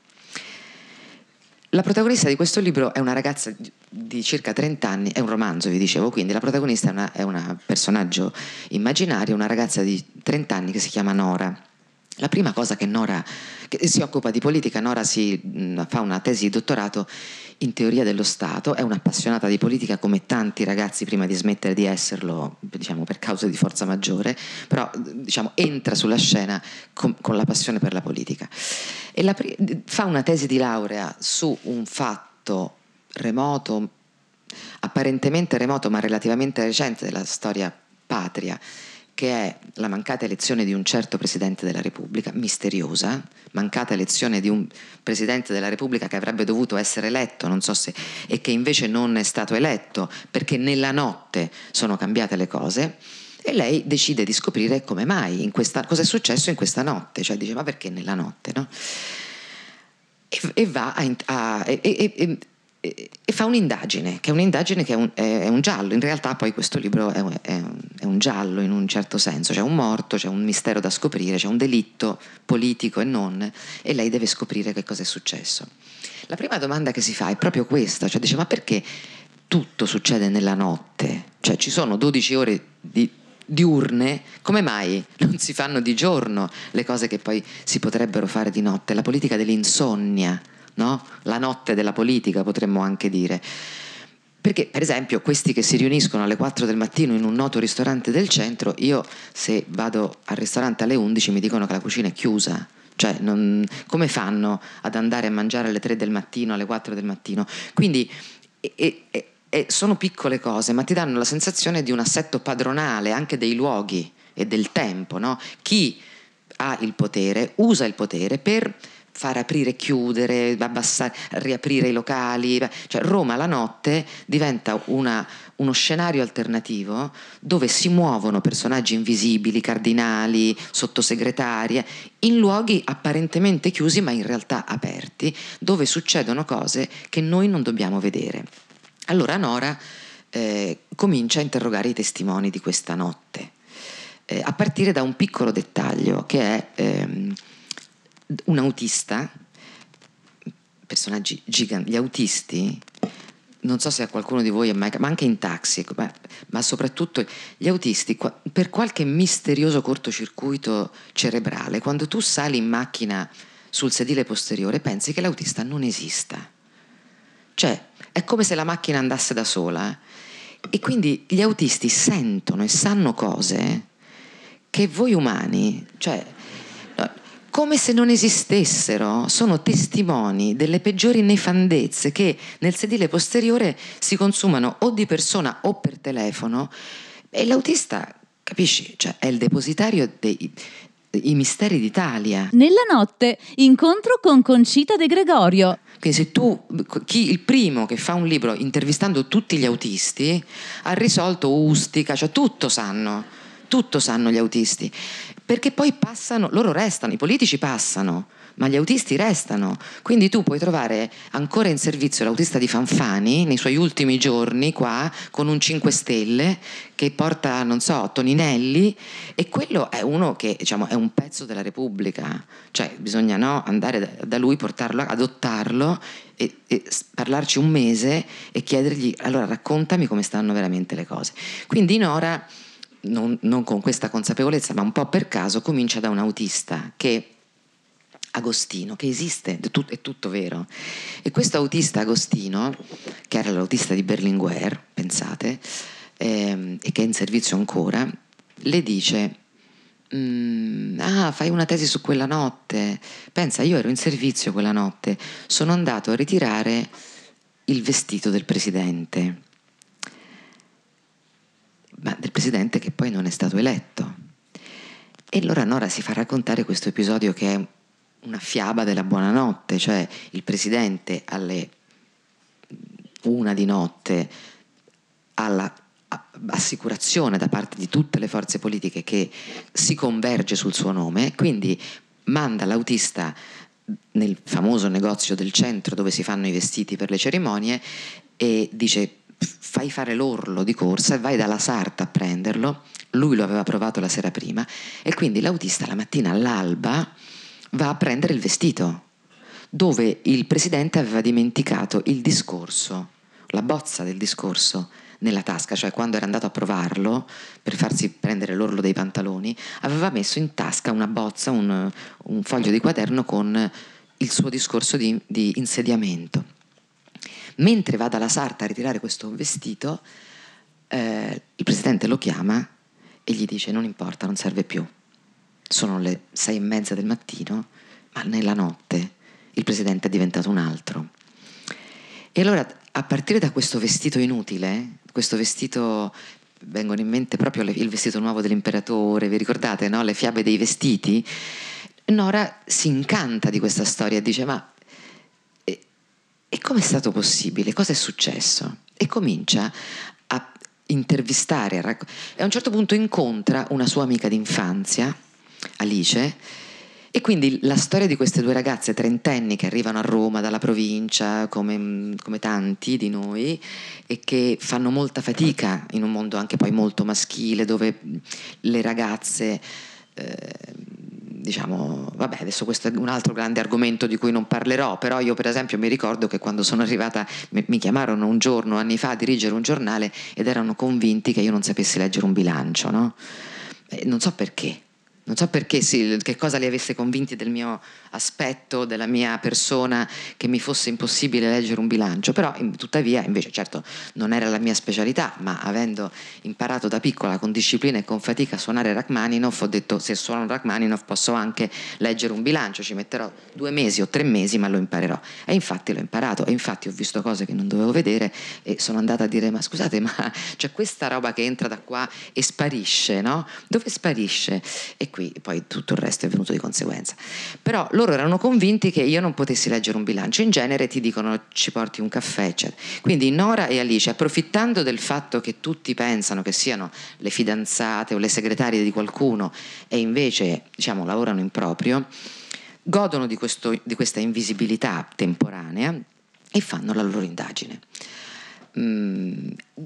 La protagonista di questo libro è una ragazza di circa trenta anni, è un romanzo, vi dicevo, quindi la protagonista è una, è un personaggio immaginario, una ragazza di trenta anni che si chiama Nora. La prima cosa che Nora, che si occupa di politica, Nora si mh, fa una tesi di dottorato in teoria dello Stato, è un'appassionata di politica come tanti ragazzi prima di smettere di esserlo, diciamo per cause di forza maggiore, però diciamo entra sulla scena con, con la passione per la politica. E la, fa una tesi di laurea su un fatto remoto, apparentemente remoto ma relativamente recente della storia patria, che è la mancata elezione di un certo Presidente della Repubblica, misteriosa, mancata elezione di un Presidente della Repubblica che avrebbe dovuto essere eletto, non so se, e che invece non è stato eletto perché nella notte sono cambiate le cose. E lei decide di scoprire come mai, in questa, cosa è successo in questa notte, cioè dice ma perché nella notte, no? E, e va a, a e, e, e, e fa un'indagine, che è un'indagine che è un, è, è un giallo, in realtà poi questo libro è un, è, un, è un giallo in un certo senso, c'è un morto, c'è un mistero da scoprire, c'è un delitto politico e non, e lei deve scoprire che cosa è successo. La prima domanda che si fa è proprio questa, cioè dice ma perché tutto succede nella notte? Cioè ci sono dodici ore di diurne, come mai non si fanno di giorno le cose che poi si potrebbero fare di notte? La politica dell'insonnia, no? La notte della politica potremmo anche dire. Perché per esempio questi che si riuniscono alle quattro del mattino in un noto ristorante del centro, io se vado al ristorante alle undici mi dicono che la cucina è chiusa. Cioè non, come fanno ad andare a mangiare alle tre del mattino, alle quattro del mattino? Quindi e, e, E sono piccole cose, ma ti danno la sensazione di un assetto padronale anche dei luoghi e del tempo, no? Chi ha il potere usa il potere per far aprire, chiudere, abbassare, riaprire i locali. Cioè Roma la notte diventa una, uno scenario alternativo dove si muovono personaggi invisibili, cardinali, sottosegretari, in luoghi apparentemente chiusi ma in realtà aperti, dove succedono cose che noi non dobbiamo vedere. Allora Nora eh, comincia a interrogare i testimoni di questa notte, eh, a partire da un piccolo dettaglio che è ehm, un autista, personaggi giganti, gli autisti, non so se a qualcuno di voi è mai, ma anche in taxi, ma, ma soprattutto gli autisti, per qualche misterioso cortocircuito cerebrale, quando tu sali in macchina sul sedile posteriore pensi che l'autista non esista. Cioè, è come se la macchina andasse da sola, eh? E quindi gli autisti sentono e sanno cose che voi umani, cioè, come se non esistessero, sono testimoni delle peggiori nefandezze che nel sedile posteriore si consumano o di persona o per telefono, e l'autista, capisci, cioè, è il depositario dei i misteri d'Italia. Nella notte, incontro con Concita De Gregorio. Quindi se tu, chi, il primo che fa un libro intervistando tutti gli autisti, ha risolto Ustica, cioè tutto sanno, tutto sanno gli autisti, perché poi passano, loro restano, i politici passano, ma gli autisti restano, quindi tu puoi trovare ancora in servizio l'autista di Fanfani nei suoi ultimi giorni qua con un cinque stelle che porta, non so, Toninelli, e quello è uno che, diciamo, è un pezzo della Repubblica, cioè bisogna, no, andare da, da lui, portarlo, adottarlo e, e parlarci un mese e chiedergli: allora raccontami come stanno veramente le cose. Quindi Nora, non, non con questa consapevolezza, ma un po' per caso, comincia da un autista che Agostino, che esiste, è tutto, è tutto vero, e questo autista Agostino, che era l'autista di Berlinguer, pensate, ehm, e che è in servizio ancora, le dice: mm, ah, fai una tesi su quella notte, pensa, io ero in servizio quella notte, sono andato a ritirare il vestito del presidente, ma del presidente che poi non è stato eletto. E allora Nora si fa raccontare questo episodio che è una fiaba della buonanotte, cioè il presidente alle una di notte alla assicurazione da parte di tutte le forze politiche che si converge sul suo nome, quindi manda l'autista nel famoso negozio del centro dove si fanno i vestiti per le cerimonie e dice: fai fare l'orlo di corsa e vai dalla Sarta a prenderlo. Lui lo aveva provato la sera prima e quindi l'autista la mattina all'alba va a prendere il vestito dove il presidente aveva dimenticato il discorso, la bozza del discorso nella tasca, cioè quando era andato a provarlo per farsi prendere l'orlo dei pantaloni aveva messo in tasca una bozza, un, un foglio di quaderno con il suo discorso di, di insediamento. Mentre va dalla Sarta a ritirare questo vestito, eh, il presidente lo chiama e gli dice: non importa, non serve più, sono le sei e mezza del mattino, ma nella notte il presidente è diventato un altro. E allora, a partire da questo vestito inutile, questo vestito, vengono in mente proprio le, il vestito nuovo dell'imperatore, vi ricordate, no? Le fiabe dei vestiti, Nora si incanta di questa storia e dice: ma e, e com'è stato possibile? Cosa è successo? E comincia a intervistare, a racc- e a un certo punto incontra una sua amica d'infanzia, Alice, e quindi la storia di queste due ragazze trentenni che arrivano a Roma dalla provincia come, come tanti di noi e che fanno molta fatica in un mondo anche poi molto maschile, dove le ragazze eh, diciamo, vabbè, adesso questo è un altro grande argomento di cui non parlerò, però io per esempio mi ricordo che quando sono arrivata mi, mi chiamarono un giorno, anni fa, a dirigere un giornale ed erano convinti che io non sapessi leggere un bilancio, no? Eh, non so perché. Non so perché, sì, che cosa li avesse convinti del mio aspetto, della mia persona, che mi fosse impossibile leggere un bilancio, però in, tuttavia invece certo non era la mia specialità, ma avendo imparato da piccola con disciplina e con fatica a suonare Rachmaninoff, ho detto: se suono Rachmaninoff posso anche leggere un bilancio, ci metterò due mesi o tre mesi ma lo imparerò, e infatti l'ho imparato, e infatti ho visto cose che non dovevo vedere e sono andata a dire: ma scusate, ma c'è questa roba che entra da qua e sparisce, no? Dove sparisce? E qui poi tutto il resto è venuto di conseguenza. Però loro erano convinti che io non potessi leggere un bilancio, in genere ti dicono: ci porti un caffè, eccetera. Quindi Nora e Alice, approfittando del fatto che tutti pensano che siano le fidanzate o le segretarie di qualcuno e invece, diciamo, lavorano in proprio, godono di, questo, di questa invisibilità temporanea e fanno la loro indagine. Mm,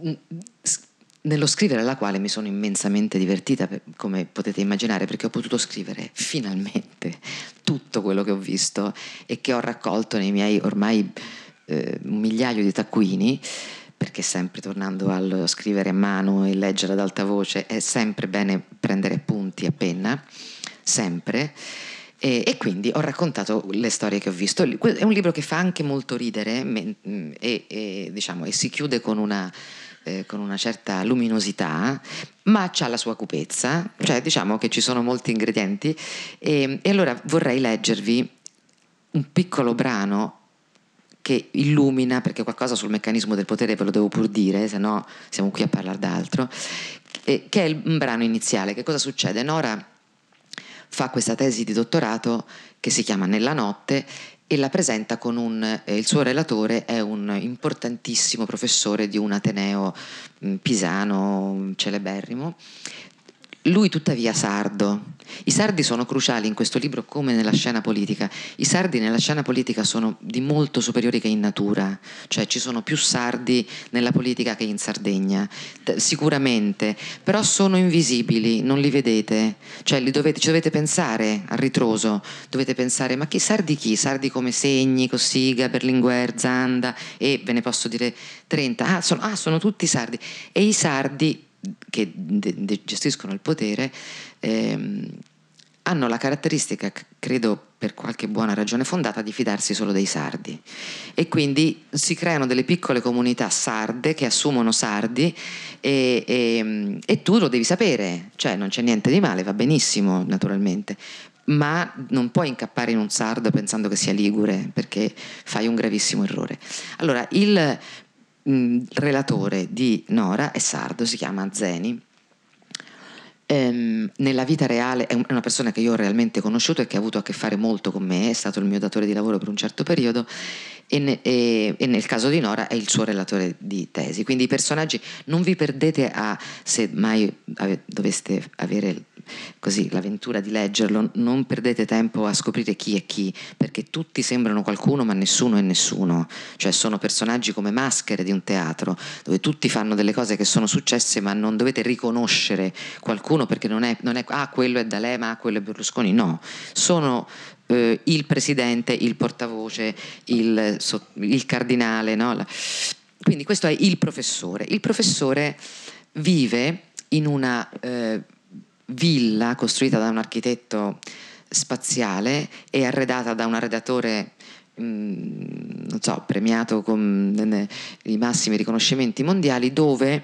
nello scrivere la quale mi sono immensamente divertita, come potete immaginare, perché ho potuto scrivere finalmente tutto quello che ho visto e che ho raccolto nei miei ormai eh, un migliaio di taccuini, perché sempre, tornando allo scrivere a mano e leggere ad alta voce, è sempre bene prendere appunti a penna, sempre. E, e quindi ho raccontato le storie che ho visto. È un libro che fa anche molto ridere e, e, diciamo, e si chiude con una Eh, con una certa luminosità, ma c'ha la sua cupezza, cioè diciamo che ci sono molti ingredienti, e, e allora vorrei leggervi un piccolo brano che illumina, perché qualcosa sul meccanismo del potere ve lo devo pur dire, se no siamo qui a parlare d'altro, e, che è il, un brano iniziale. Che cosa succede? Nora fa questa tesi di dottorato che si chiama Nella notte e la presenta con un, eh, il suo relatore è un importantissimo professore di un ateneo mh, pisano celeberrimo. lui tuttavia sardo. I sardi sono cruciali in questo libro come nella scena politica. I sardi nella scena politica sono di molto superiori che in natura, cioè ci sono più sardi nella politica che in Sardegna, sicuramente, però sono invisibili, non li vedete, cioè li dovete, ci dovete pensare a ritroso, dovete pensare ma chi sardi chi? Sardi come Segni, Cossiga, Berlinguer, Zanda e ve ne posso dire trenta, ah sono, ah, sono tutti sardi, e i sardi che de- de- gestiscono il potere ehm, hanno la caratteristica, credo per qualche buona ragione fondata, di fidarsi solo dei sardi, e quindi si creano delle piccole comunità sarde che assumono sardi e, e, e tu lo devi sapere, cioè non c'è niente di male, va benissimo naturalmente, ma non puoi incappare in un sardo pensando che sia ligure, perché fai un gravissimo errore. Allora il il relatore di Nora è sardo, si chiama Zeni. Ehm, nella vita reale è una persona che io ho realmente conosciuto e che ha avuto a che fare molto con me, è stato il mio datore di lavoro per un certo periodo, e, ne, e, e nel caso di Nora è il suo relatore di tesi. Quindi i personaggi non vi perdete a, se mai ave, doveste avere così l'avventura di leggerlo, non perdete tempo a scoprire chi è chi, perché tutti sembrano qualcuno ma nessuno è nessuno, cioè sono personaggi come maschere di un teatro dove tutti fanno delle cose che sono successe, ma non dovete riconoscere qualcuno perché non è, non è ah quello è D'Alema, ah quello è Berlusconi, no, sono eh, il presidente, il portavoce, il, il cardinale, no? Quindi questo è il professore. Il professore vive in una eh, villa costruita da un architetto spaziale e arredata da un arredatore mh, non so, premiato con i massimi riconoscimenti mondiali, dove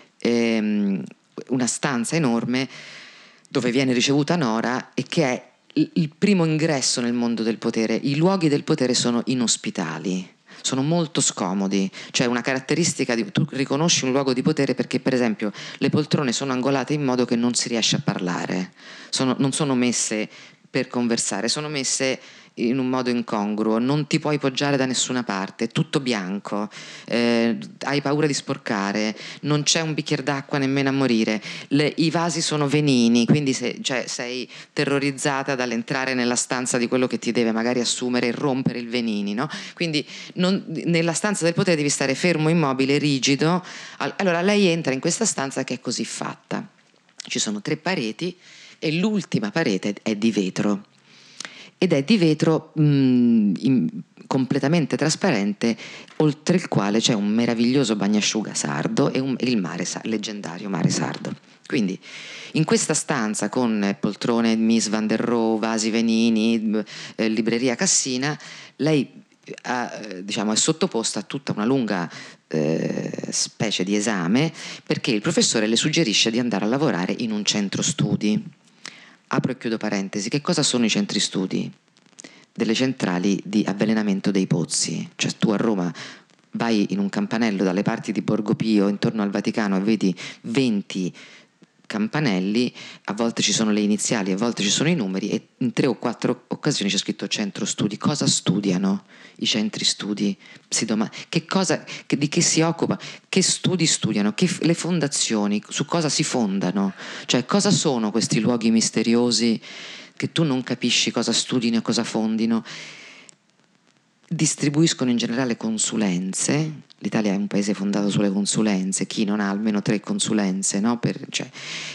ehm, una stanza enorme dove viene ricevuta Nora e che è il primo ingresso nel mondo del potere. I luoghi del potere sono inospitali, sono molto scomodi, cioè una caratteristica di, tu riconosci un luogo di potere perché per esempio le poltrone sono angolate in modo che non si riesce a parlare, sono, non sono messe per conversare, sono messe in un modo incongruo, non ti puoi poggiare da nessuna parte, è tutto bianco, eh, hai paura di sporcare, non c'è un bicchiere d'acqua nemmeno a morire, Le, i vasi sono venini, quindi se, cioè, sei terrorizzata dall'entrare nella stanza di quello che ti deve magari assumere e rompere il venini, no? Quindi non, nella stanza del potere devi stare fermo, immobile, rigido. Allora lei entra in questa stanza che è così fatta, ci sono tre pareti e l'ultima parete è di vetro, ed è di vetro mh, in, completamente trasparente, oltre il quale c'è un meraviglioso bagnasciuga sardo e, un, e il mare, il leggendario mare sardo. Quindi in questa stanza con poltrone Miss Van der Rohe, vasi venini, eh, libreria Cassina, lei ha, diciamo, è sottoposta a tutta una lunga eh, specie di esame, perché il professore le suggerisce di andare a lavorare in un centro studi. Apro e chiudo parentesi, che cosa sono i centri studi? Delle centrali di avvelenamento dei pozzi, cioè tu a Roma vai in un campanello dalle parti di Borgo Pio intorno al Vaticano e vedi venti campanelli, a volte ci sono le iniziali, a volte ci sono i numeri, e in tre o quattro occasioni c'è scritto centro studi. Cosa studiano i centri studi? Si domanda, che cosa, che, di che si occupa? Che studi studiano? Che, le fondazioni, su cosa si fondano? Cioè cosa sono questi luoghi misteriosi che tu non capisci cosa studino e cosa fondino? Distribuiscono in generale consulenze. L'Italia è un paese fondato sulle consulenze, chi non ha almeno tre consulenze, no? Per, cioè,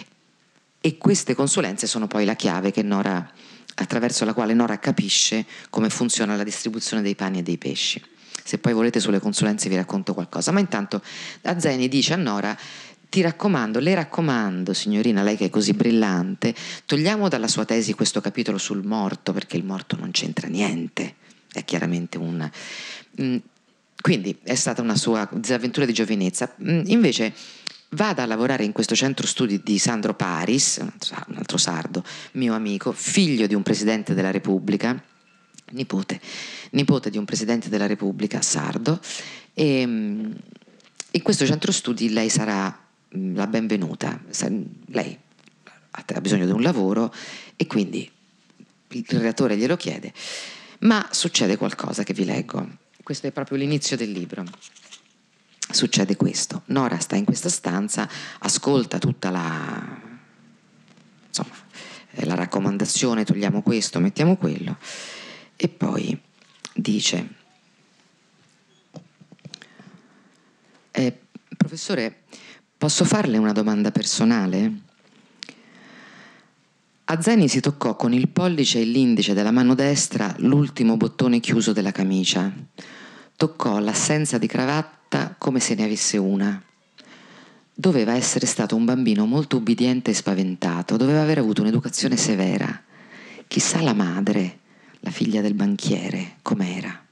e queste consulenze sono poi la chiave che Nora, attraverso la quale Nora capisce come funziona la distribuzione dei pani e dei pesci. Se poi volete sulle consulenze vi racconto qualcosa, ma intanto Azzeni dice a Nora: ti raccomando, le raccomando, signorina, lei che è così brillante, togliamo dalla sua tesi questo capitolo sul morto, perché il morto non c'entra niente, è chiaramente un... Mm, quindi è stata una sua disavventura di giovinezza. Mm, invece vada a lavorare in questo centro studi di Sandro Paris, un altro sardo, mio amico, figlio di un presidente della Repubblica, nipote, nipote di un presidente della Repubblica sardo, e in questo centro studi lei sarà la benvenuta. Lei ha bisogno di un lavoro e quindi il relatore glielo chiede, ma succede qualcosa che vi leggo. Questo è proprio l'inizio del libro. Succede questo: Nora sta in questa stanza, ascolta tutta la la raccomandazione, togliamo questo, mettiamo quello. E poi dice: eh, professore, posso farle una domanda personale? A Zeni si toccò con il pollice e l'indice della mano destra l'ultimo bottone chiuso della camicia. Toccò l'assenza di cravatta come se ne avesse una. Doveva essere stato un bambino molto ubbidiente e spaventato, doveva aver avuto un'educazione severa. Chissà la madre, la figlia del banchiere, com'era.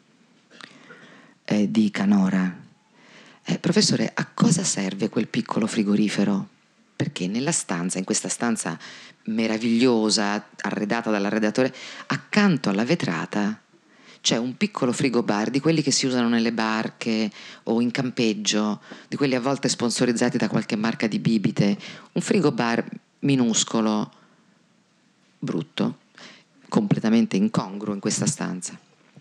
Eh, dica, Nora. Eh, professore, a cosa serve quel piccolo frigorifero? Perché nella stanza, in questa stanza meravigliosa, arredata dall'arredatore, accanto alla vetrata c'è un piccolo frigobar di quelli che si usano nelle barche o in campeggio, di quelli a volte sponsorizzati da qualche marca di bibite, un frigobar minuscolo, brutto, completamente incongruo in questa stanza.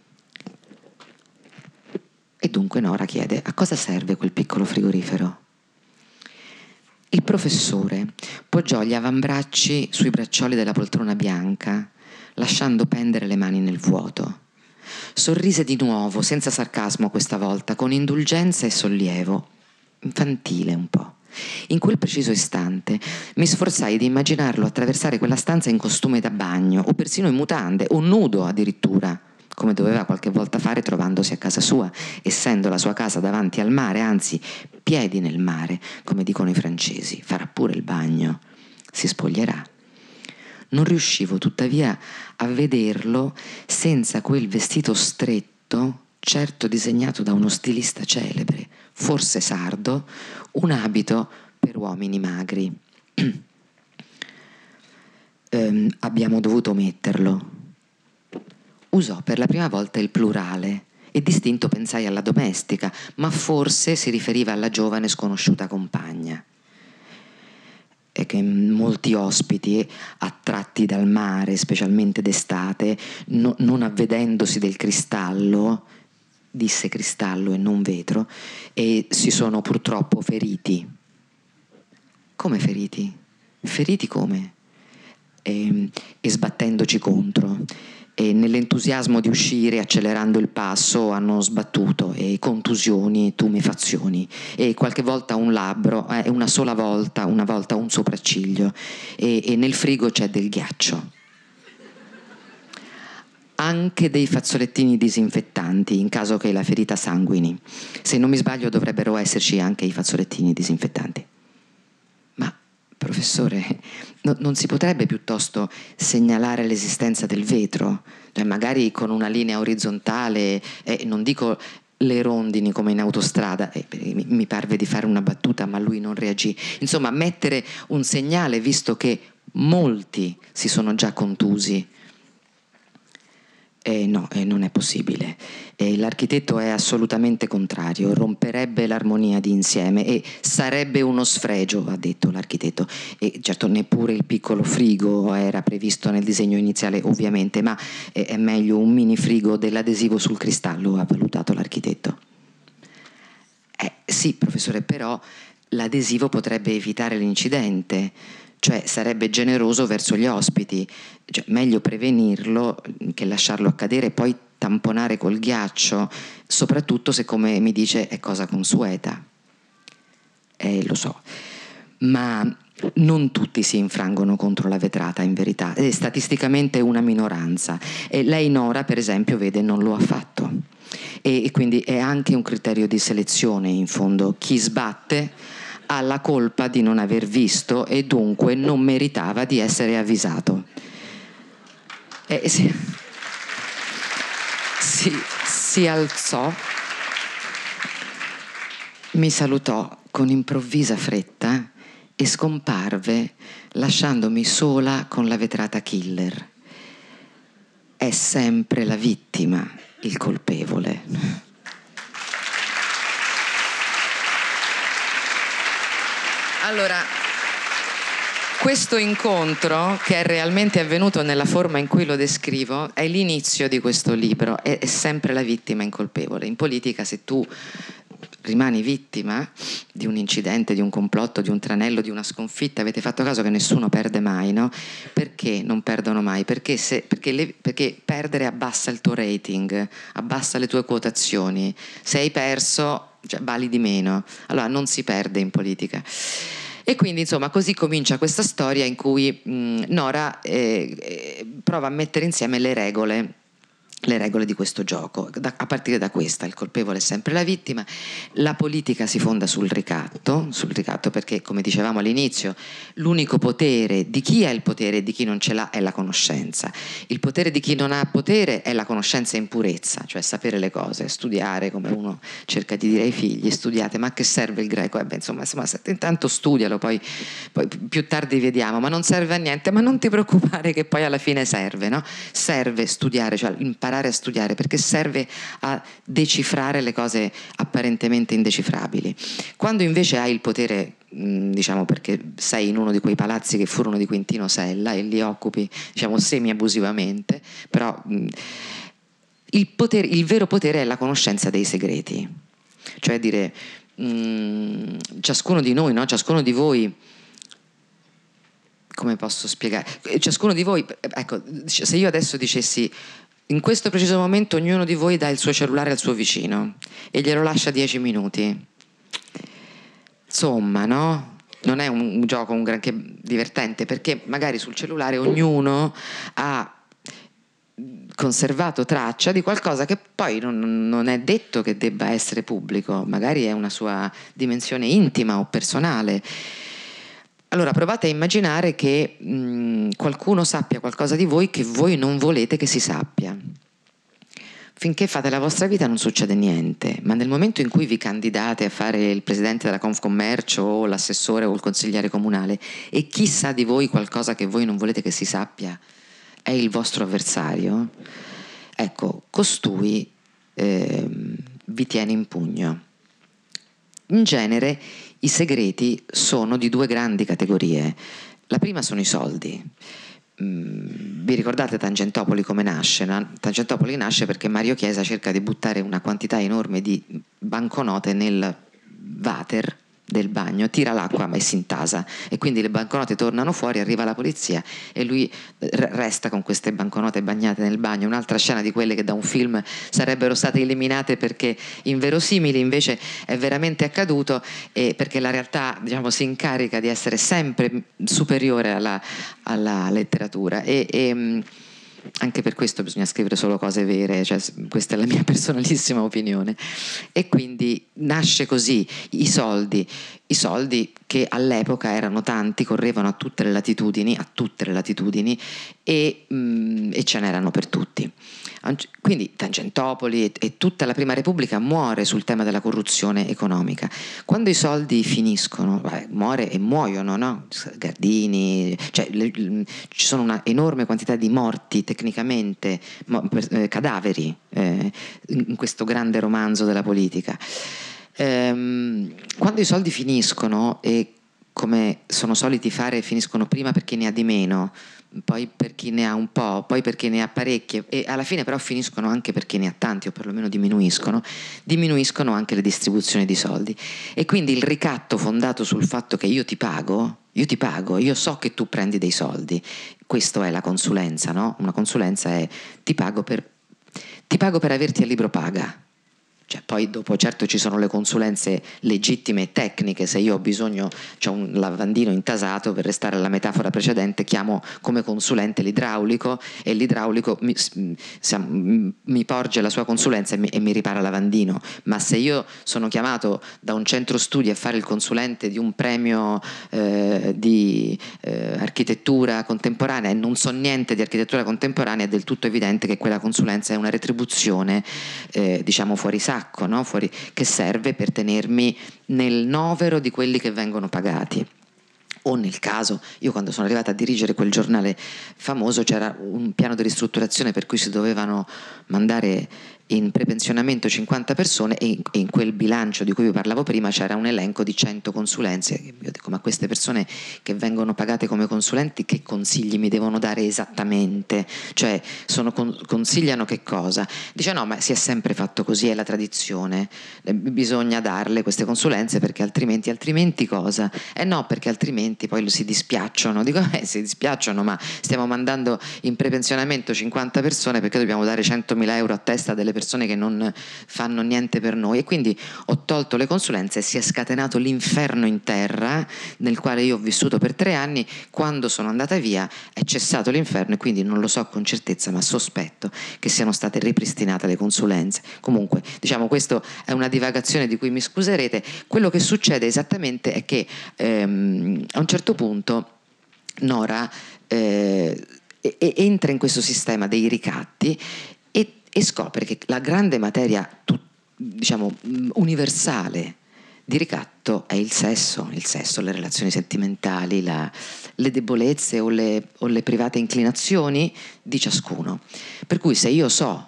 E dunque Nora chiede: a cosa serve quel piccolo frigorifero? Il professore poggiò gli avambracci sui braccioli della poltrona bianca, lasciando pendere le mani nel vuoto. Sorrise di nuovo, senza sarcasmo questa volta, con indulgenza e sollievo, infantile un po'. In quel preciso istante mi sforzai di immaginarlo attraversare quella stanza in costume da bagno, o persino in mutande, o nudo addirittura, come doveva qualche volta fare trovandosi a casa sua, essendo la sua casa davanti al mare, anzi piedi nel mare, come dicono i francesi. Farà pure il bagno, si spoglierà. Non riuscivo tuttavia a vederlo senza quel vestito stretto, certo disegnato da uno stilista celebre, forse sardo, un abito per uomini magri. ehm, abbiamo dovuto metterlo. Usò per la prima volta il plurale e distinto pensai alla domestica, ma forse si riferiva alla giovane sconosciuta compagna. E che molti ospiti, attratti dal mare, specialmente d'estate, no, non avvedendosi del cristallo, disse cristallo e non vetro, e si sono purtroppo feriti. Come feriti? Feriti come? E, e sbattendoci contro. E nell'entusiasmo di uscire, accelerando il passo, hanno sbattuto, e contusioni, tumefazioni, e qualche volta un labbro, e eh, una sola volta, una volta un sopracciglio, e, e nel frigo c'è del ghiaccio. Anche dei fazzolettini disinfettanti, in caso che la ferita sanguini. Se non mi sbaglio dovrebbero esserci anche i fazzolettini disinfettanti. Ma, professore, no, non si potrebbe piuttosto segnalare l'esistenza del vetro? Cioè magari con una linea orizzontale, eh, non dico le rondini come in autostrada, eh, mi parve di fare una battuta ma lui non reagì. Insomma, mettere un segnale, visto che molti si sono già contusi. Eh, no, eh, non è possibile. Eh, l'architetto è assolutamente contrario, romperebbe l'armonia di insieme e sarebbe uno sfregio, ha detto l'architetto. E certo neppure il piccolo frigo era previsto nel disegno iniziale, ovviamente, ma eh, è meglio un mini frigo dell'adesivo sul cristallo, ha valutato l'architetto. Eh, sì, professore, però l'adesivo potrebbe evitare l'incidente. Cioè sarebbe generoso verso gli ospiti, cioè, meglio prevenirlo che lasciarlo accadere e poi tamponare col ghiaccio, soprattutto se, come mi dice, è cosa consueta. Eh, lo so, ma non tutti si infrangono contro la vetrata, in verità, è statisticamente una minoranza. E lei, Nora, per esempio, vede, non lo ha fatto. E, e quindi è anche un criterio di selezione, in fondo. Chi sbatte ha la colpa di non aver visto e dunque non meritava di essere avvisato. E si, si, si alzò, mi salutò con improvvisa fretta e scomparve, lasciandomi sola con la vetrata killer. È sempre la vittima il colpevole. Allora, questo incontro, che è realmente avvenuto nella forma in cui lo descrivo, è l'inizio di questo libro. È, è sempre la vittima incolpevole. In politica, se tu rimani vittima di un incidente, di un complotto, di un tranello, di una sconfitta, avete fatto caso che nessuno perde mai, no? Perché non perdono mai? Perché, se, perché, le, perché perdere abbassa il tuo rating, abbassa le tue quotazioni. Se hai perso, cioè, vali di meno. Allora non si perde in politica. E quindi insomma così comincia questa storia in cui mh, Nora eh, eh, prova a mettere insieme le regole le regole di questo gioco. Da, a partire da questa, il colpevole è sempre la vittima, la politica si fonda sul ricatto, sul ricatto perché, come dicevamo all'inizio, l'unico potere di chi ha il potere e di chi non ce l'ha è la conoscenza. Il potere di chi non ha potere è la conoscenza in purezza, cioè sapere le cose, studiare, come uno cerca di dire ai figli, studiate, ma a che serve il greco? Eh beh, insomma, insomma, intanto studialo, poi, poi più tardi vediamo, ma non serve a niente, ma non ti preoccupare che poi alla fine serve, no? Serve studiare, cioè imparare a studiare, perché serve a decifrare le cose apparentemente indecifrabili. Quando invece hai il potere, diciamo perché sei in uno di quei palazzi che furono di Quintino Sella e li occupi, diciamo, semi-abusivamente, però il, potere, il vero potere è la conoscenza dei segreti, cioè dire mh, ciascuno di noi, no? Ciascuno di voi, come posso spiegare? Ciascuno di voi, ecco, se io adesso dicessi in questo preciso momento ognuno di voi dà il suo cellulare al suo vicino e glielo lascia dieci minuti. Insomma, no? Non è un, un gioco un granché divertente, perché magari sul cellulare ognuno ha conservato traccia di qualcosa che poi non, non è detto che debba essere pubblico, magari è una sua dimensione intima o personale. Allora provate a immaginare che mh, qualcuno sappia qualcosa di voi che voi non volete che si sappia. Finché fate la vostra vita non succede niente, ma nel momento in cui vi candidate a fare il presidente della Confcommercio o l'assessore o il consigliere comunale e chi sa di voi qualcosa che voi non volete che si sappia è il vostro avversario, ecco, costui eh, vi tiene in pugno. In genere i segreti sono di due grandi categorie. La prima sono i soldi. Mm, vi ricordate Tangentopoli come nasce? No? Tangentopoli nasce perché Mario Chiesa cerca di buttare una quantità enorme di banconote nel water del bagno, tira l'acqua ma si intasa e quindi le banconote tornano fuori, arriva la polizia e lui resta con queste banconote bagnate nel bagno. Un'altra scena di quelle che da un film sarebbero state eliminate perché inverosimili, invece è veramente accaduto, e perché la realtà, diciamo, si incarica di essere sempre superiore alla, alla letteratura e, e anche per questo bisogna scrivere solo cose vere, cioè, questa è la mia personalissima opinione. E quindi nasce così i soldi, i soldi che all'epoca erano tanti, correvano a tutte le latitudini, a tutte le latitudini e, mh, e ce n'erano per tutti. Quindi Tangentopoli e, e tutta la Prima Repubblica muore sul tema della corruzione economica. Quando i soldi finiscono, beh, muore e muoiono, no? Gardini, cioè le, le, ci sono una enorme quantità di morti tecnicamente, mo, eh, cadaveri eh, in questo grande romanzo della politica. Ehm, quando i soldi finiscono, e come sono soliti fare, finiscono prima per chi ne ha di meno, poi per chi ne ha un po', poi per chi ne ha parecchie e alla fine però finiscono anche per chi ne ha tanti, o perlomeno diminuiscono, diminuiscono anche le distribuzioni di soldi. E quindi il ricatto fondato sul fatto che io ti pago, io ti pago, io so che tu prendi dei soldi, questo è la consulenza, no? Una consulenza è ti pago per, ti pago per averti a libro paga. Cioè, poi dopo certo ci sono le consulenze legittime e tecniche, se io ho bisogno, c'ho un lavandino intasato, per restare alla metafora precedente, chiamo come consulente l'idraulico e l'idraulico mi, mi porge la sua consulenza e mi, e mi ripara il lavandino. Ma se io sono chiamato da un centro studi a fare il consulente di un premio eh, di eh, architettura contemporanea e non so niente di architettura contemporanea, è del tutto evidente che quella consulenza è una retribuzione eh, diciamo fuori sacco, no? Fuori, che serve per tenermi nel novero di quelli che vengono pagati. O nel caso, io quando sono arrivata a dirigere quel giornale famoso c'era un piano di ristrutturazione per cui si dovevano mandare in prepensionamento cinquanta persone e in, e in quel bilancio di cui vi parlavo prima c'era un elenco di cento consulenze. Io dico, ma queste persone che vengono pagate come consulenti che consigli mi devono dare esattamente? Cioè sono con, consigliano che cosa? Dice no, ma si è sempre fatto così, è la tradizione, eh, bisogna darle queste consulenze perché altrimenti, altrimenti cosa? Eh no, perché altrimenti poi si dispiacciono. Dico, eh si dispiacciono, ma stiamo mandando in prepensionamento cinquanta persone perché dobbiamo dare centomila euro a testa delle persone che non fanno niente per noi. E quindi ho tolto le consulenze e si è scatenato l'inferno in terra nel quale io ho vissuto per tre anni. Quando sono andata via è cessato l'inferno e quindi non lo so con certezza, ma sospetto che siano state ripristinate le consulenze. Comunque, diciamo, questo è una divagazione di cui mi scuserete. Quello che succede esattamente è che ehm, a un certo punto Nora eh, entra in questo sistema dei ricatti e, e scopre che la grande materia, diciamo, universale di ricatto è il sesso, il sesso, le relazioni sentimentali, la, le debolezze o le, o le private inclinazioni di ciascuno. Per cui se io so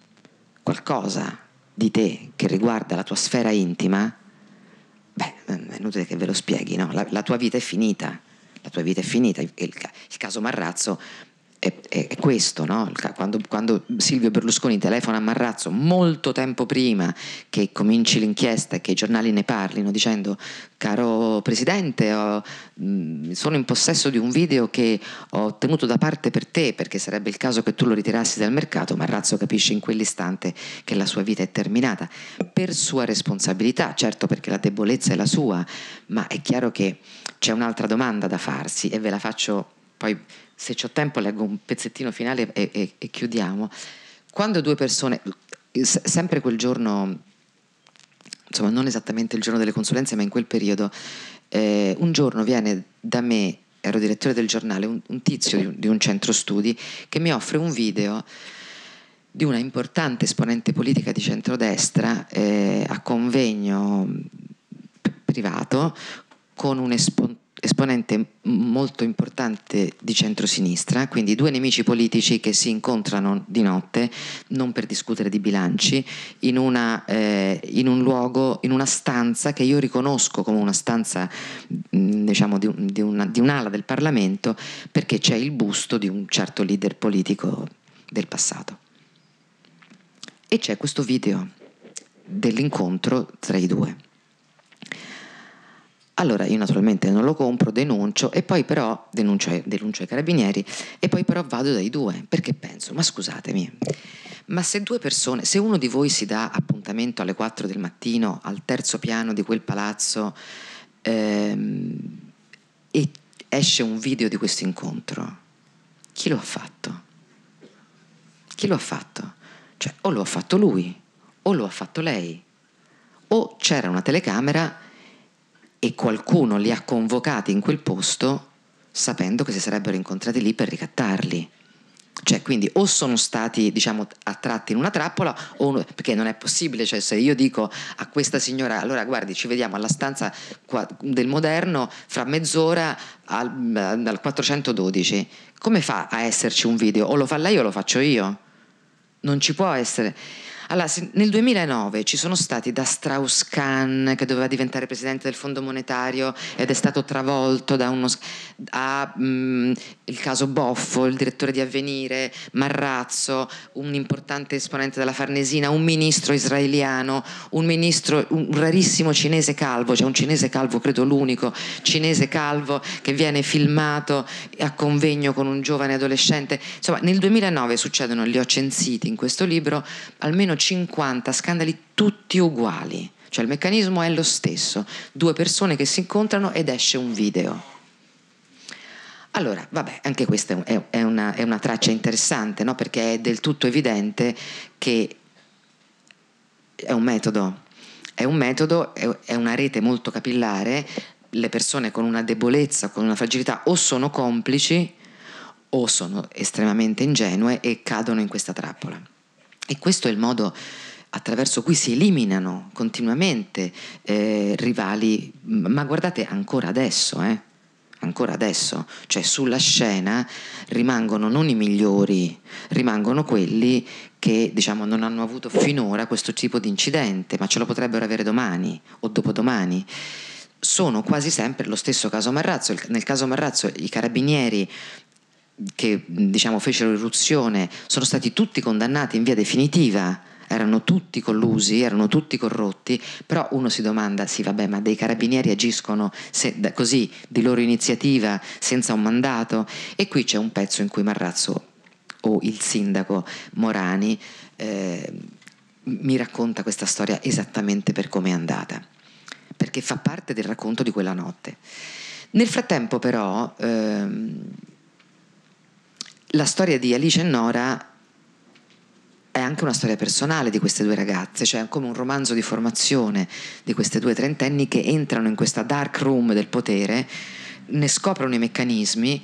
qualcosa di te che riguarda la tua sfera intima, beh, è inutile che ve lo spieghi, no? La, la tua vita è finita, la tua vita è finita. Il, il, il caso Marrazzo è, è, è questo, no? Quando, quando Silvio Berlusconi telefona a Marrazzo molto tempo prima che cominci l'inchiesta e che i giornali ne parlino, dicendo: caro Presidente, ho, mh, sono in possesso di un video che ho tenuto da parte per te perché sarebbe il caso che tu lo ritirassi dal mercato. Marrazzo capisce in quell'istante che la sua vita è terminata per sua responsabilità, certo, perché la debolezza è la sua, ma è chiaro che c'è un'altra domanda da farsi e ve la faccio poi. Se c'ho tempo leggo un pezzettino finale e, e, e chiudiamo. Quando due persone, sempre quel giorno, insomma non esattamente il giorno delle consulenze, ma in quel periodo, eh, un giorno viene da me, ero direttore del giornale, un, un tizio di un, di un centro studi che mi offre un video di una importante esponente politica di centrodestra eh, a convegno privato con un esponente esponente molto importante di centrosinistra, quindi due nemici politici che si incontrano di notte, non per discutere di bilanci, in, una, eh, in un luogo, in una stanza che io riconosco come una stanza mh, diciamo di, un, di, una, di un'ala del Parlamento, perché c'è il busto di un certo leader politico del passato. E c'è questo video dell'incontro tra i due. Allora io naturalmente non lo compro, denuncio e poi però denuncio, denuncio ai carabinieri e poi però vado dai due perché penso, ma scusatemi, ma se due persone, se uno di voi si dà appuntamento alle quattro del mattino al terzo piano di quel palazzo ehm, e esce un video di questo incontro, chi lo ha fatto? Chi lo ha fatto? Cioè o lo ha fatto lui o lo ha fatto lei o c'era una telecamera e qualcuno li ha convocati in quel posto sapendo che si sarebbero incontrati lì per ricattarli. Cioè, quindi o sono stati, diciamo, attratti in una trappola o, perché non è possibile, cioè se io dico a questa signora allora guardi ci vediamo alla stanza qua del Moderno fra mezz'ora al, al quattrocentododici, come fa a esserci un video? O lo fa lei o lo faccio io? Non ci può essere. Allora, nel duemilanove ci sono stati da Strauss-Kahn, che doveva diventare presidente del Fondo Monetario ed è stato travolto da uno a mh, il caso Boffo, il direttore di Avvenire, Marrazzo, un importante esponente della Farnesina, un ministro israeliano, un ministro, un rarissimo cinese calvo, c'è cioè un cinese calvo, credo l'unico cinese calvo che viene filmato a convegno con un giovane adolescente. Insomma, nel duemilanove succedono, li ho censiti in questo libro, almeno cinquanta scandali tutti uguali, cioè il meccanismo è lo stesso, due persone che si incontrano ed esce un video. Allora, vabbè, anche questa è, è, una, è una traccia interessante, no? Perché è del tutto evidente che è un metodo, è un metodo, è, è una rete molto capillare, le persone con una debolezza, con una fragilità o sono complici o sono estremamente ingenue e cadono in questa trappola. E questo è il modo attraverso cui si eliminano continuamente eh, rivali, ma guardate ancora adesso, eh, ancora adesso, cioè sulla scena rimangono non i migliori, rimangono quelli che diciamo non hanno avuto finora questo tipo di incidente, ma ce lo potrebbero avere domani o dopodomani. Sono quasi sempre lo stesso caso Marrazzo. Nel caso Marrazzo i carabinieri che diciamo fecero irruzione sono stati tutti condannati in via definitiva, erano tutti collusi, erano tutti corrotti, però uno si domanda, sì vabbè, ma dei carabinieri agiscono se, da, così di loro iniziativa senza un mandato? E qui c'è un pezzo in cui Marrazzo o il sindaco Morani eh, mi racconta questa storia esattamente per come è andata, perché fa parte del racconto di quella notte. Nel frattempo però ehm, la storia di Alice e Nora è anche una storia personale di queste due ragazze, cioè è come un romanzo di formazione di queste due trentenni che entrano in questa dark room del potere, ne scoprono i meccanismi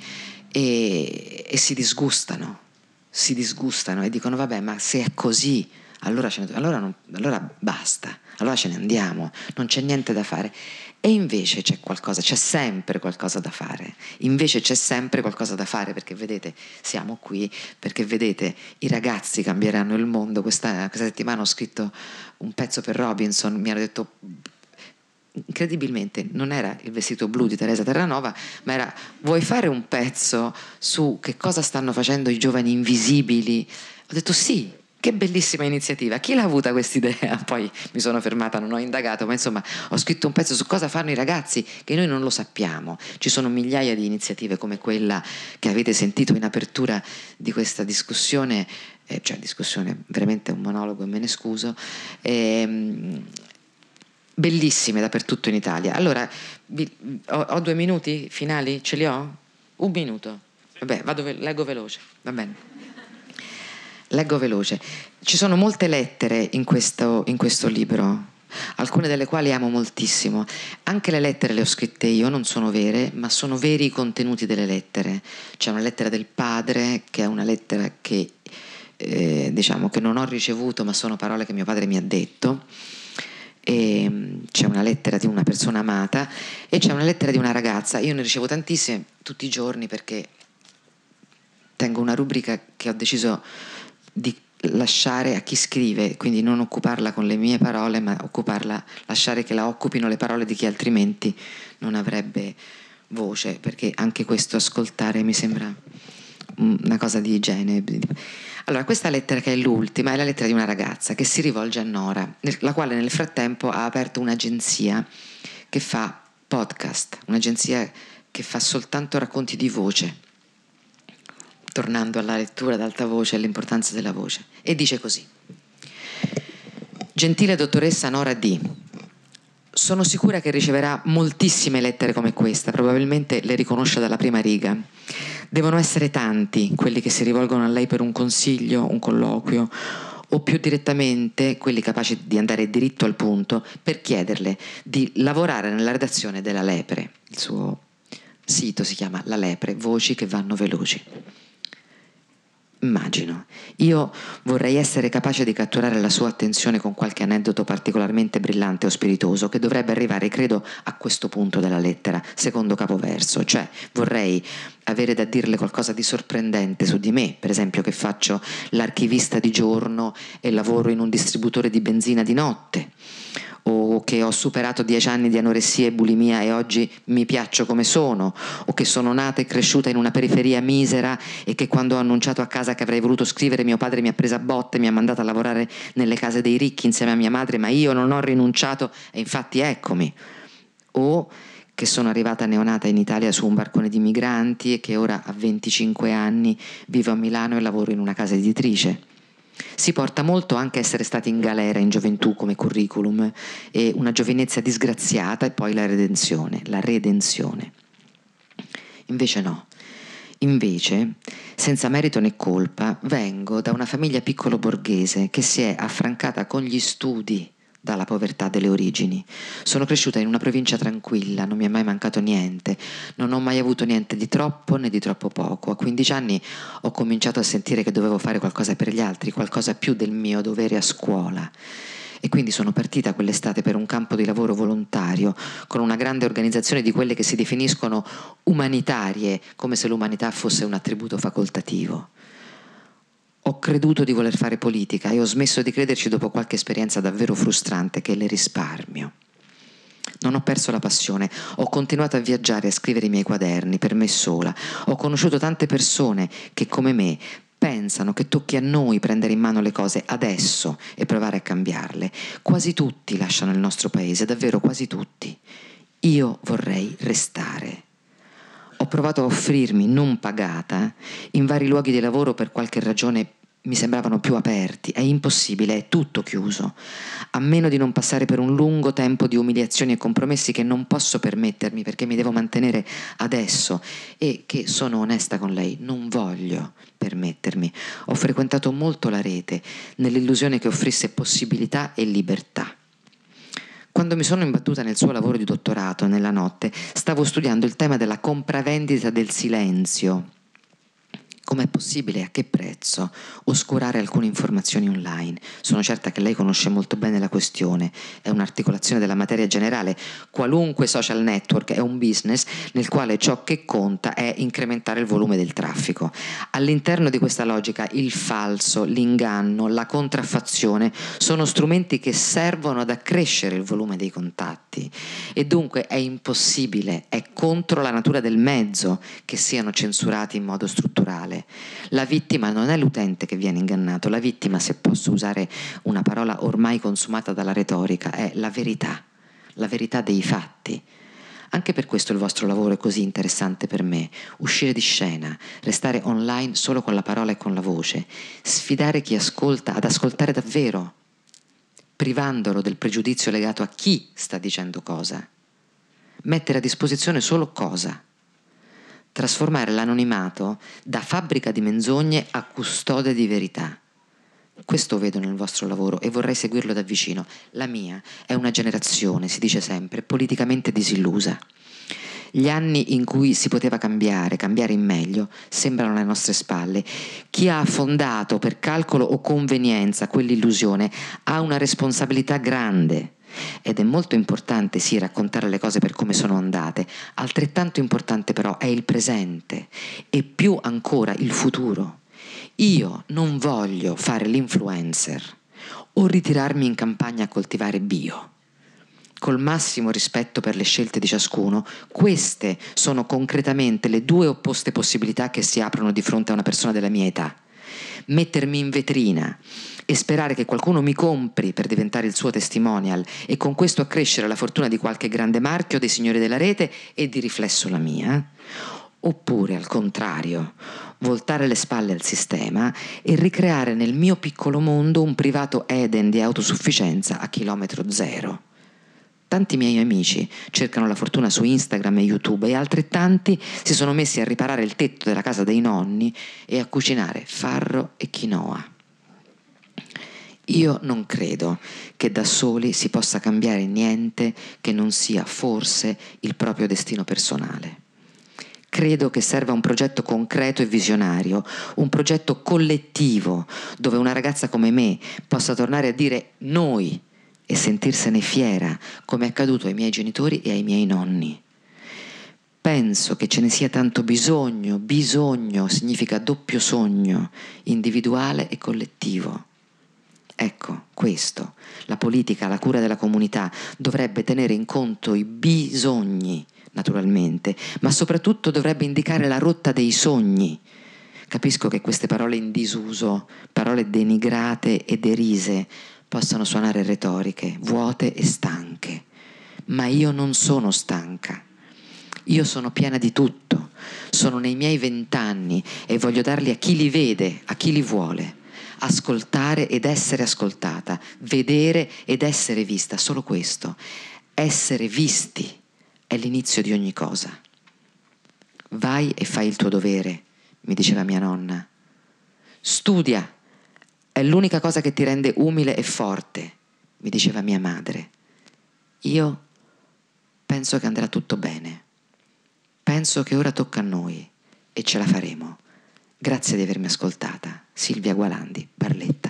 e, e si disgustano, si disgustano e dicono vabbè, ma se è così allora, ce ne, allora, non, allora basta, allora ce ne andiamo, non c'è niente da fare. E invece c'è qualcosa, c'è sempre qualcosa da fare, invece c'è sempre qualcosa da fare, perché vedete, siamo qui, perché vedete, i ragazzi cambieranno il mondo. Questa, questa settimana ho scritto un pezzo per Robinson, mi hanno detto, incredibilmente, non era il vestito blu di Teresa Terranova, ma era, vuoi fare un pezzo su che cosa stanno facendo i giovani invisibili? Ho detto sì. Che bellissima iniziativa, chi l'ha avuta quest'idea? Poi mi sono fermata, non ho indagato, ma insomma ho scritto un pezzo su cosa fanno i ragazzi che noi non lo sappiamo. Ci sono migliaia di iniziative come quella che avete sentito in apertura di questa discussione, eh, cioè discussione, veramente un monologo e me ne scuso, eh, bellissime dappertutto in Italia. Allora, vi, ho, ho due minuti finali? Ce li ho? Un minuto? Vabbè, vado, leggo veloce, va bene. Leggo veloce. Ci sono molte lettere in questo, in questo libro, alcune delle quali amo moltissimo. Anche le lettere le ho scritte io, non sono vere, ma sono veri i contenuti delle lettere. C'è una lettera del padre, che è una lettera che eh, diciamo che non ho ricevuto, ma sono parole che mio padre mi ha detto. E c'è una lettera di una persona amata e c'è una lettera di una ragazza. Io ne ricevo tantissime tutti i giorni perché tengo una rubrica che ho deciso di lasciare a chi scrive, quindi non occuparla con le mie parole, ma occuparla, lasciare che la occupino le parole di chi altrimenti non avrebbe voce, perché anche questo ascoltare mi sembra una cosa di igiene. Allora, questa lettera, che è l'ultima, è la lettera di una ragazza che si rivolge a Nora, la quale nel frattempo ha aperto un'agenzia che fa podcast, un'agenzia che fa soltanto racconti di voce, tornando alla lettura ad alta voce e all'importanza della voce, e dice così: gentile dottoressa Nora D., sono sicura che riceverà moltissime lettere come questa, probabilmente le riconosce dalla prima riga. Devono essere tanti quelli che si rivolgono a lei per un consiglio, un colloquio, o più direttamente quelli capaci di andare diritto al punto per chiederle di lavorare nella redazione della Lepre. Il suo sito si chiama La Lepre, voci che vanno veloci. Immagino. Io vorrei essere capace di catturare la sua attenzione con qualche aneddoto particolarmente brillante o spiritoso che dovrebbe arrivare, credo, a questo punto della lettera, secondo capoverso, cioè vorrei avere da dirle qualcosa di sorprendente su di me, per esempio che faccio l'archivista di giorno e lavoro in un distributore di benzina di notte, o che ho superato dieci anni di anoressia e bulimia e oggi mi piaccio come sono, o che sono nata e cresciuta in una periferia misera e che quando ho annunciato a casa che avrei voluto scrivere mio padre mi ha presa a botte e mi ha mandato a lavorare nelle case dei ricchi insieme a mia madre, ma io non ho rinunciato e infatti eccomi, o che sono arrivata neonata in Italia su un barcone di migranti e che ora a venticinque anni vivo a Milano e lavoro in una casa editrice. Si porta molto anche essere stati in galera in gioventù come curriculum, e una giovinezza disgraziata e poi la redenzione, la redenzione. Invece no, invece, senza merito né colpa, vengo da una famiglia piccolo borghese che si è affrancata con gli studi dalla povertà delle origini. Sono cresciuta in una provincia tranquilla, non mi è mai mancato niente, non ho mai avuto niente di troppo né di troppo poco. A quindici anni ho cominciato a sentire che dovevo fare qualcosa per gli altri, qualcosa più del mio dovere a scuola. E quindi sono partita quell'estate per un campo di lavoro volontario con una grande organizzazione di quelle che si definiscono umanitarie, come se l'umanità fosse un attributo facoltativo. Ho creduto di voler fare politica e ho smesso di crederci dopo qualche esperienza davvero frustrante che le risparmio. Non ho perso la passione, ho continuato a viaggiare e a scrivere i miei quaderni, per me sola. Ho conosciuto tante persone che, come me, pensano che tocchi a noi prendere in mano le cose adesso e provare a cambiarle. Quasi tutti lasciano il nostro paese, davvero quasi tutti. Io vorrei restare. Ho provato a offrirmi, non pagata, in vari luoghi di lavoro per qualche ragione mi sembravano più aperti. È impossibile, è tutto chiuso. A meno di non passare per un lungo tempo di umiliazioni e compromessi che non posso permettermi perché mi devo mantenere adesso e che, sono onesta con lei, non voglio permettermi. Ho frequentato molto la rete nell'illusione che offrisse possibilità e libertà. Quando mi sono imbattuta nel suo lavoro di dottorato nella notte, stavo studiando il tema della compravendita del silenzio. Com'è possibile e a che prezzo oscurare alcune informazioni online? Sono certa che lei conosce molto bene la questione. È un'articolazione della materia generale. Qualunque social network è un business nel quale ciò che conta è incrementare il volume del traffico. All'interno di questa logica il falso, l'inganno, la contraffazione sono strumenti che servono ad accrescere il volume dei contatti e dunque è impossibile, è contro la natura del mezzo che siano censurati in modo strutturale. La vittima non è l'utente che viene ingannato, la vittima, se posso usare una parola ormai consumata dalla retorica, è la verità, la verità dei fatti. Anche per questo il vostro lavoro è così interessante per me, uscire di scena, restare online solo con la parola e con la voce, sfidare chi ascolta ad ascoltare davvero, privandolo del pregiudizio legato a chi sta dicendo cosa, mettere a disposizione solo cosa. Trasformare l'anonimato da fabbrica di menzogne a custode di verità. Questo vedo nel vostro lavoro e vorrei seguirlo da vicino. La mia è una generazione, si dice sempre, politicamente disillusa. Gli anni in cui si poteva cambiare, cambiare in meglio, sembrano alle nostre spalle. Chi ha affondato per calcolo o convenienza quell'illusione ha una responsabilità grande. Ed è molto importante sì raccontare le cose per come sono andate, altrettanto importante però è il presente e più ancora il futuro. Io non voglio fare l'influencer o ritirarmi in campagna a coltivare bio. Col massimo rispetto per le scelte di ciascuno, queste sono concretamente le due opposte possibilità che si aprono di fronte a una persona della mia età. Mettermi in vetrina e sperare che qualcuno mi compri per diventare il suo testimonial e con questo accrescere la fortuna di qualche grande marchio dei signori della rete e di riflesso la mia, oppure al contrario voltare le spalle al sistema e ricreare nel mio piccolo mondo un privato Eden di autosufficienza a chilometro zero. Tanti miei amici cercano la fortuna su Instagram e YouTube e altrettanti si sono messi a riparare il tetto della casa dei nonni e a cucinare farro e quinoa. Io non credo che da soli si possa cambiare niente che non sia forse il proprio destino personale. Credo che serva un progetto concreto e visionario, un progetto collettivo dove una ragazza come me possa tornare a dire noi e sentirsene fiera, come è accaduto ai miei genitori e ai miei nonni. Penso che ce ne sia tanto bisogno, bisogno significa doppio sogno, individuale e collettivo. Ecco, questo, la politica, la cura della comunità, dovrebbe tenere in conto i bisogni, naturalmente, ma soprattutto dovrebbe indicare la rotta dei sogni. Capisco che queste parole in disuso, parole denigrate e derise, possano suonare retoriche, vuote e stanche, ma io non sono stanca. Io sono piena di tutto, sono nei miei vent'anni e voglio darli a chi li vede, a chi li vuole. Ascoltare ed essere ascoltata, vedere ed essere vista, solo questo. Essere visti è l'inizio di ogni cosa. Vai e fai il tuo dovere, mi diceva mia nonna. Studia, è l'unica cosa che ti rende umile e forte, mi diceva mia madre. Io penso che andrà tutto bene. Penso che ora tocca a noi e ce la faremo. Grazie di avermi ascoltata. Silvia Gualandi, Barletta.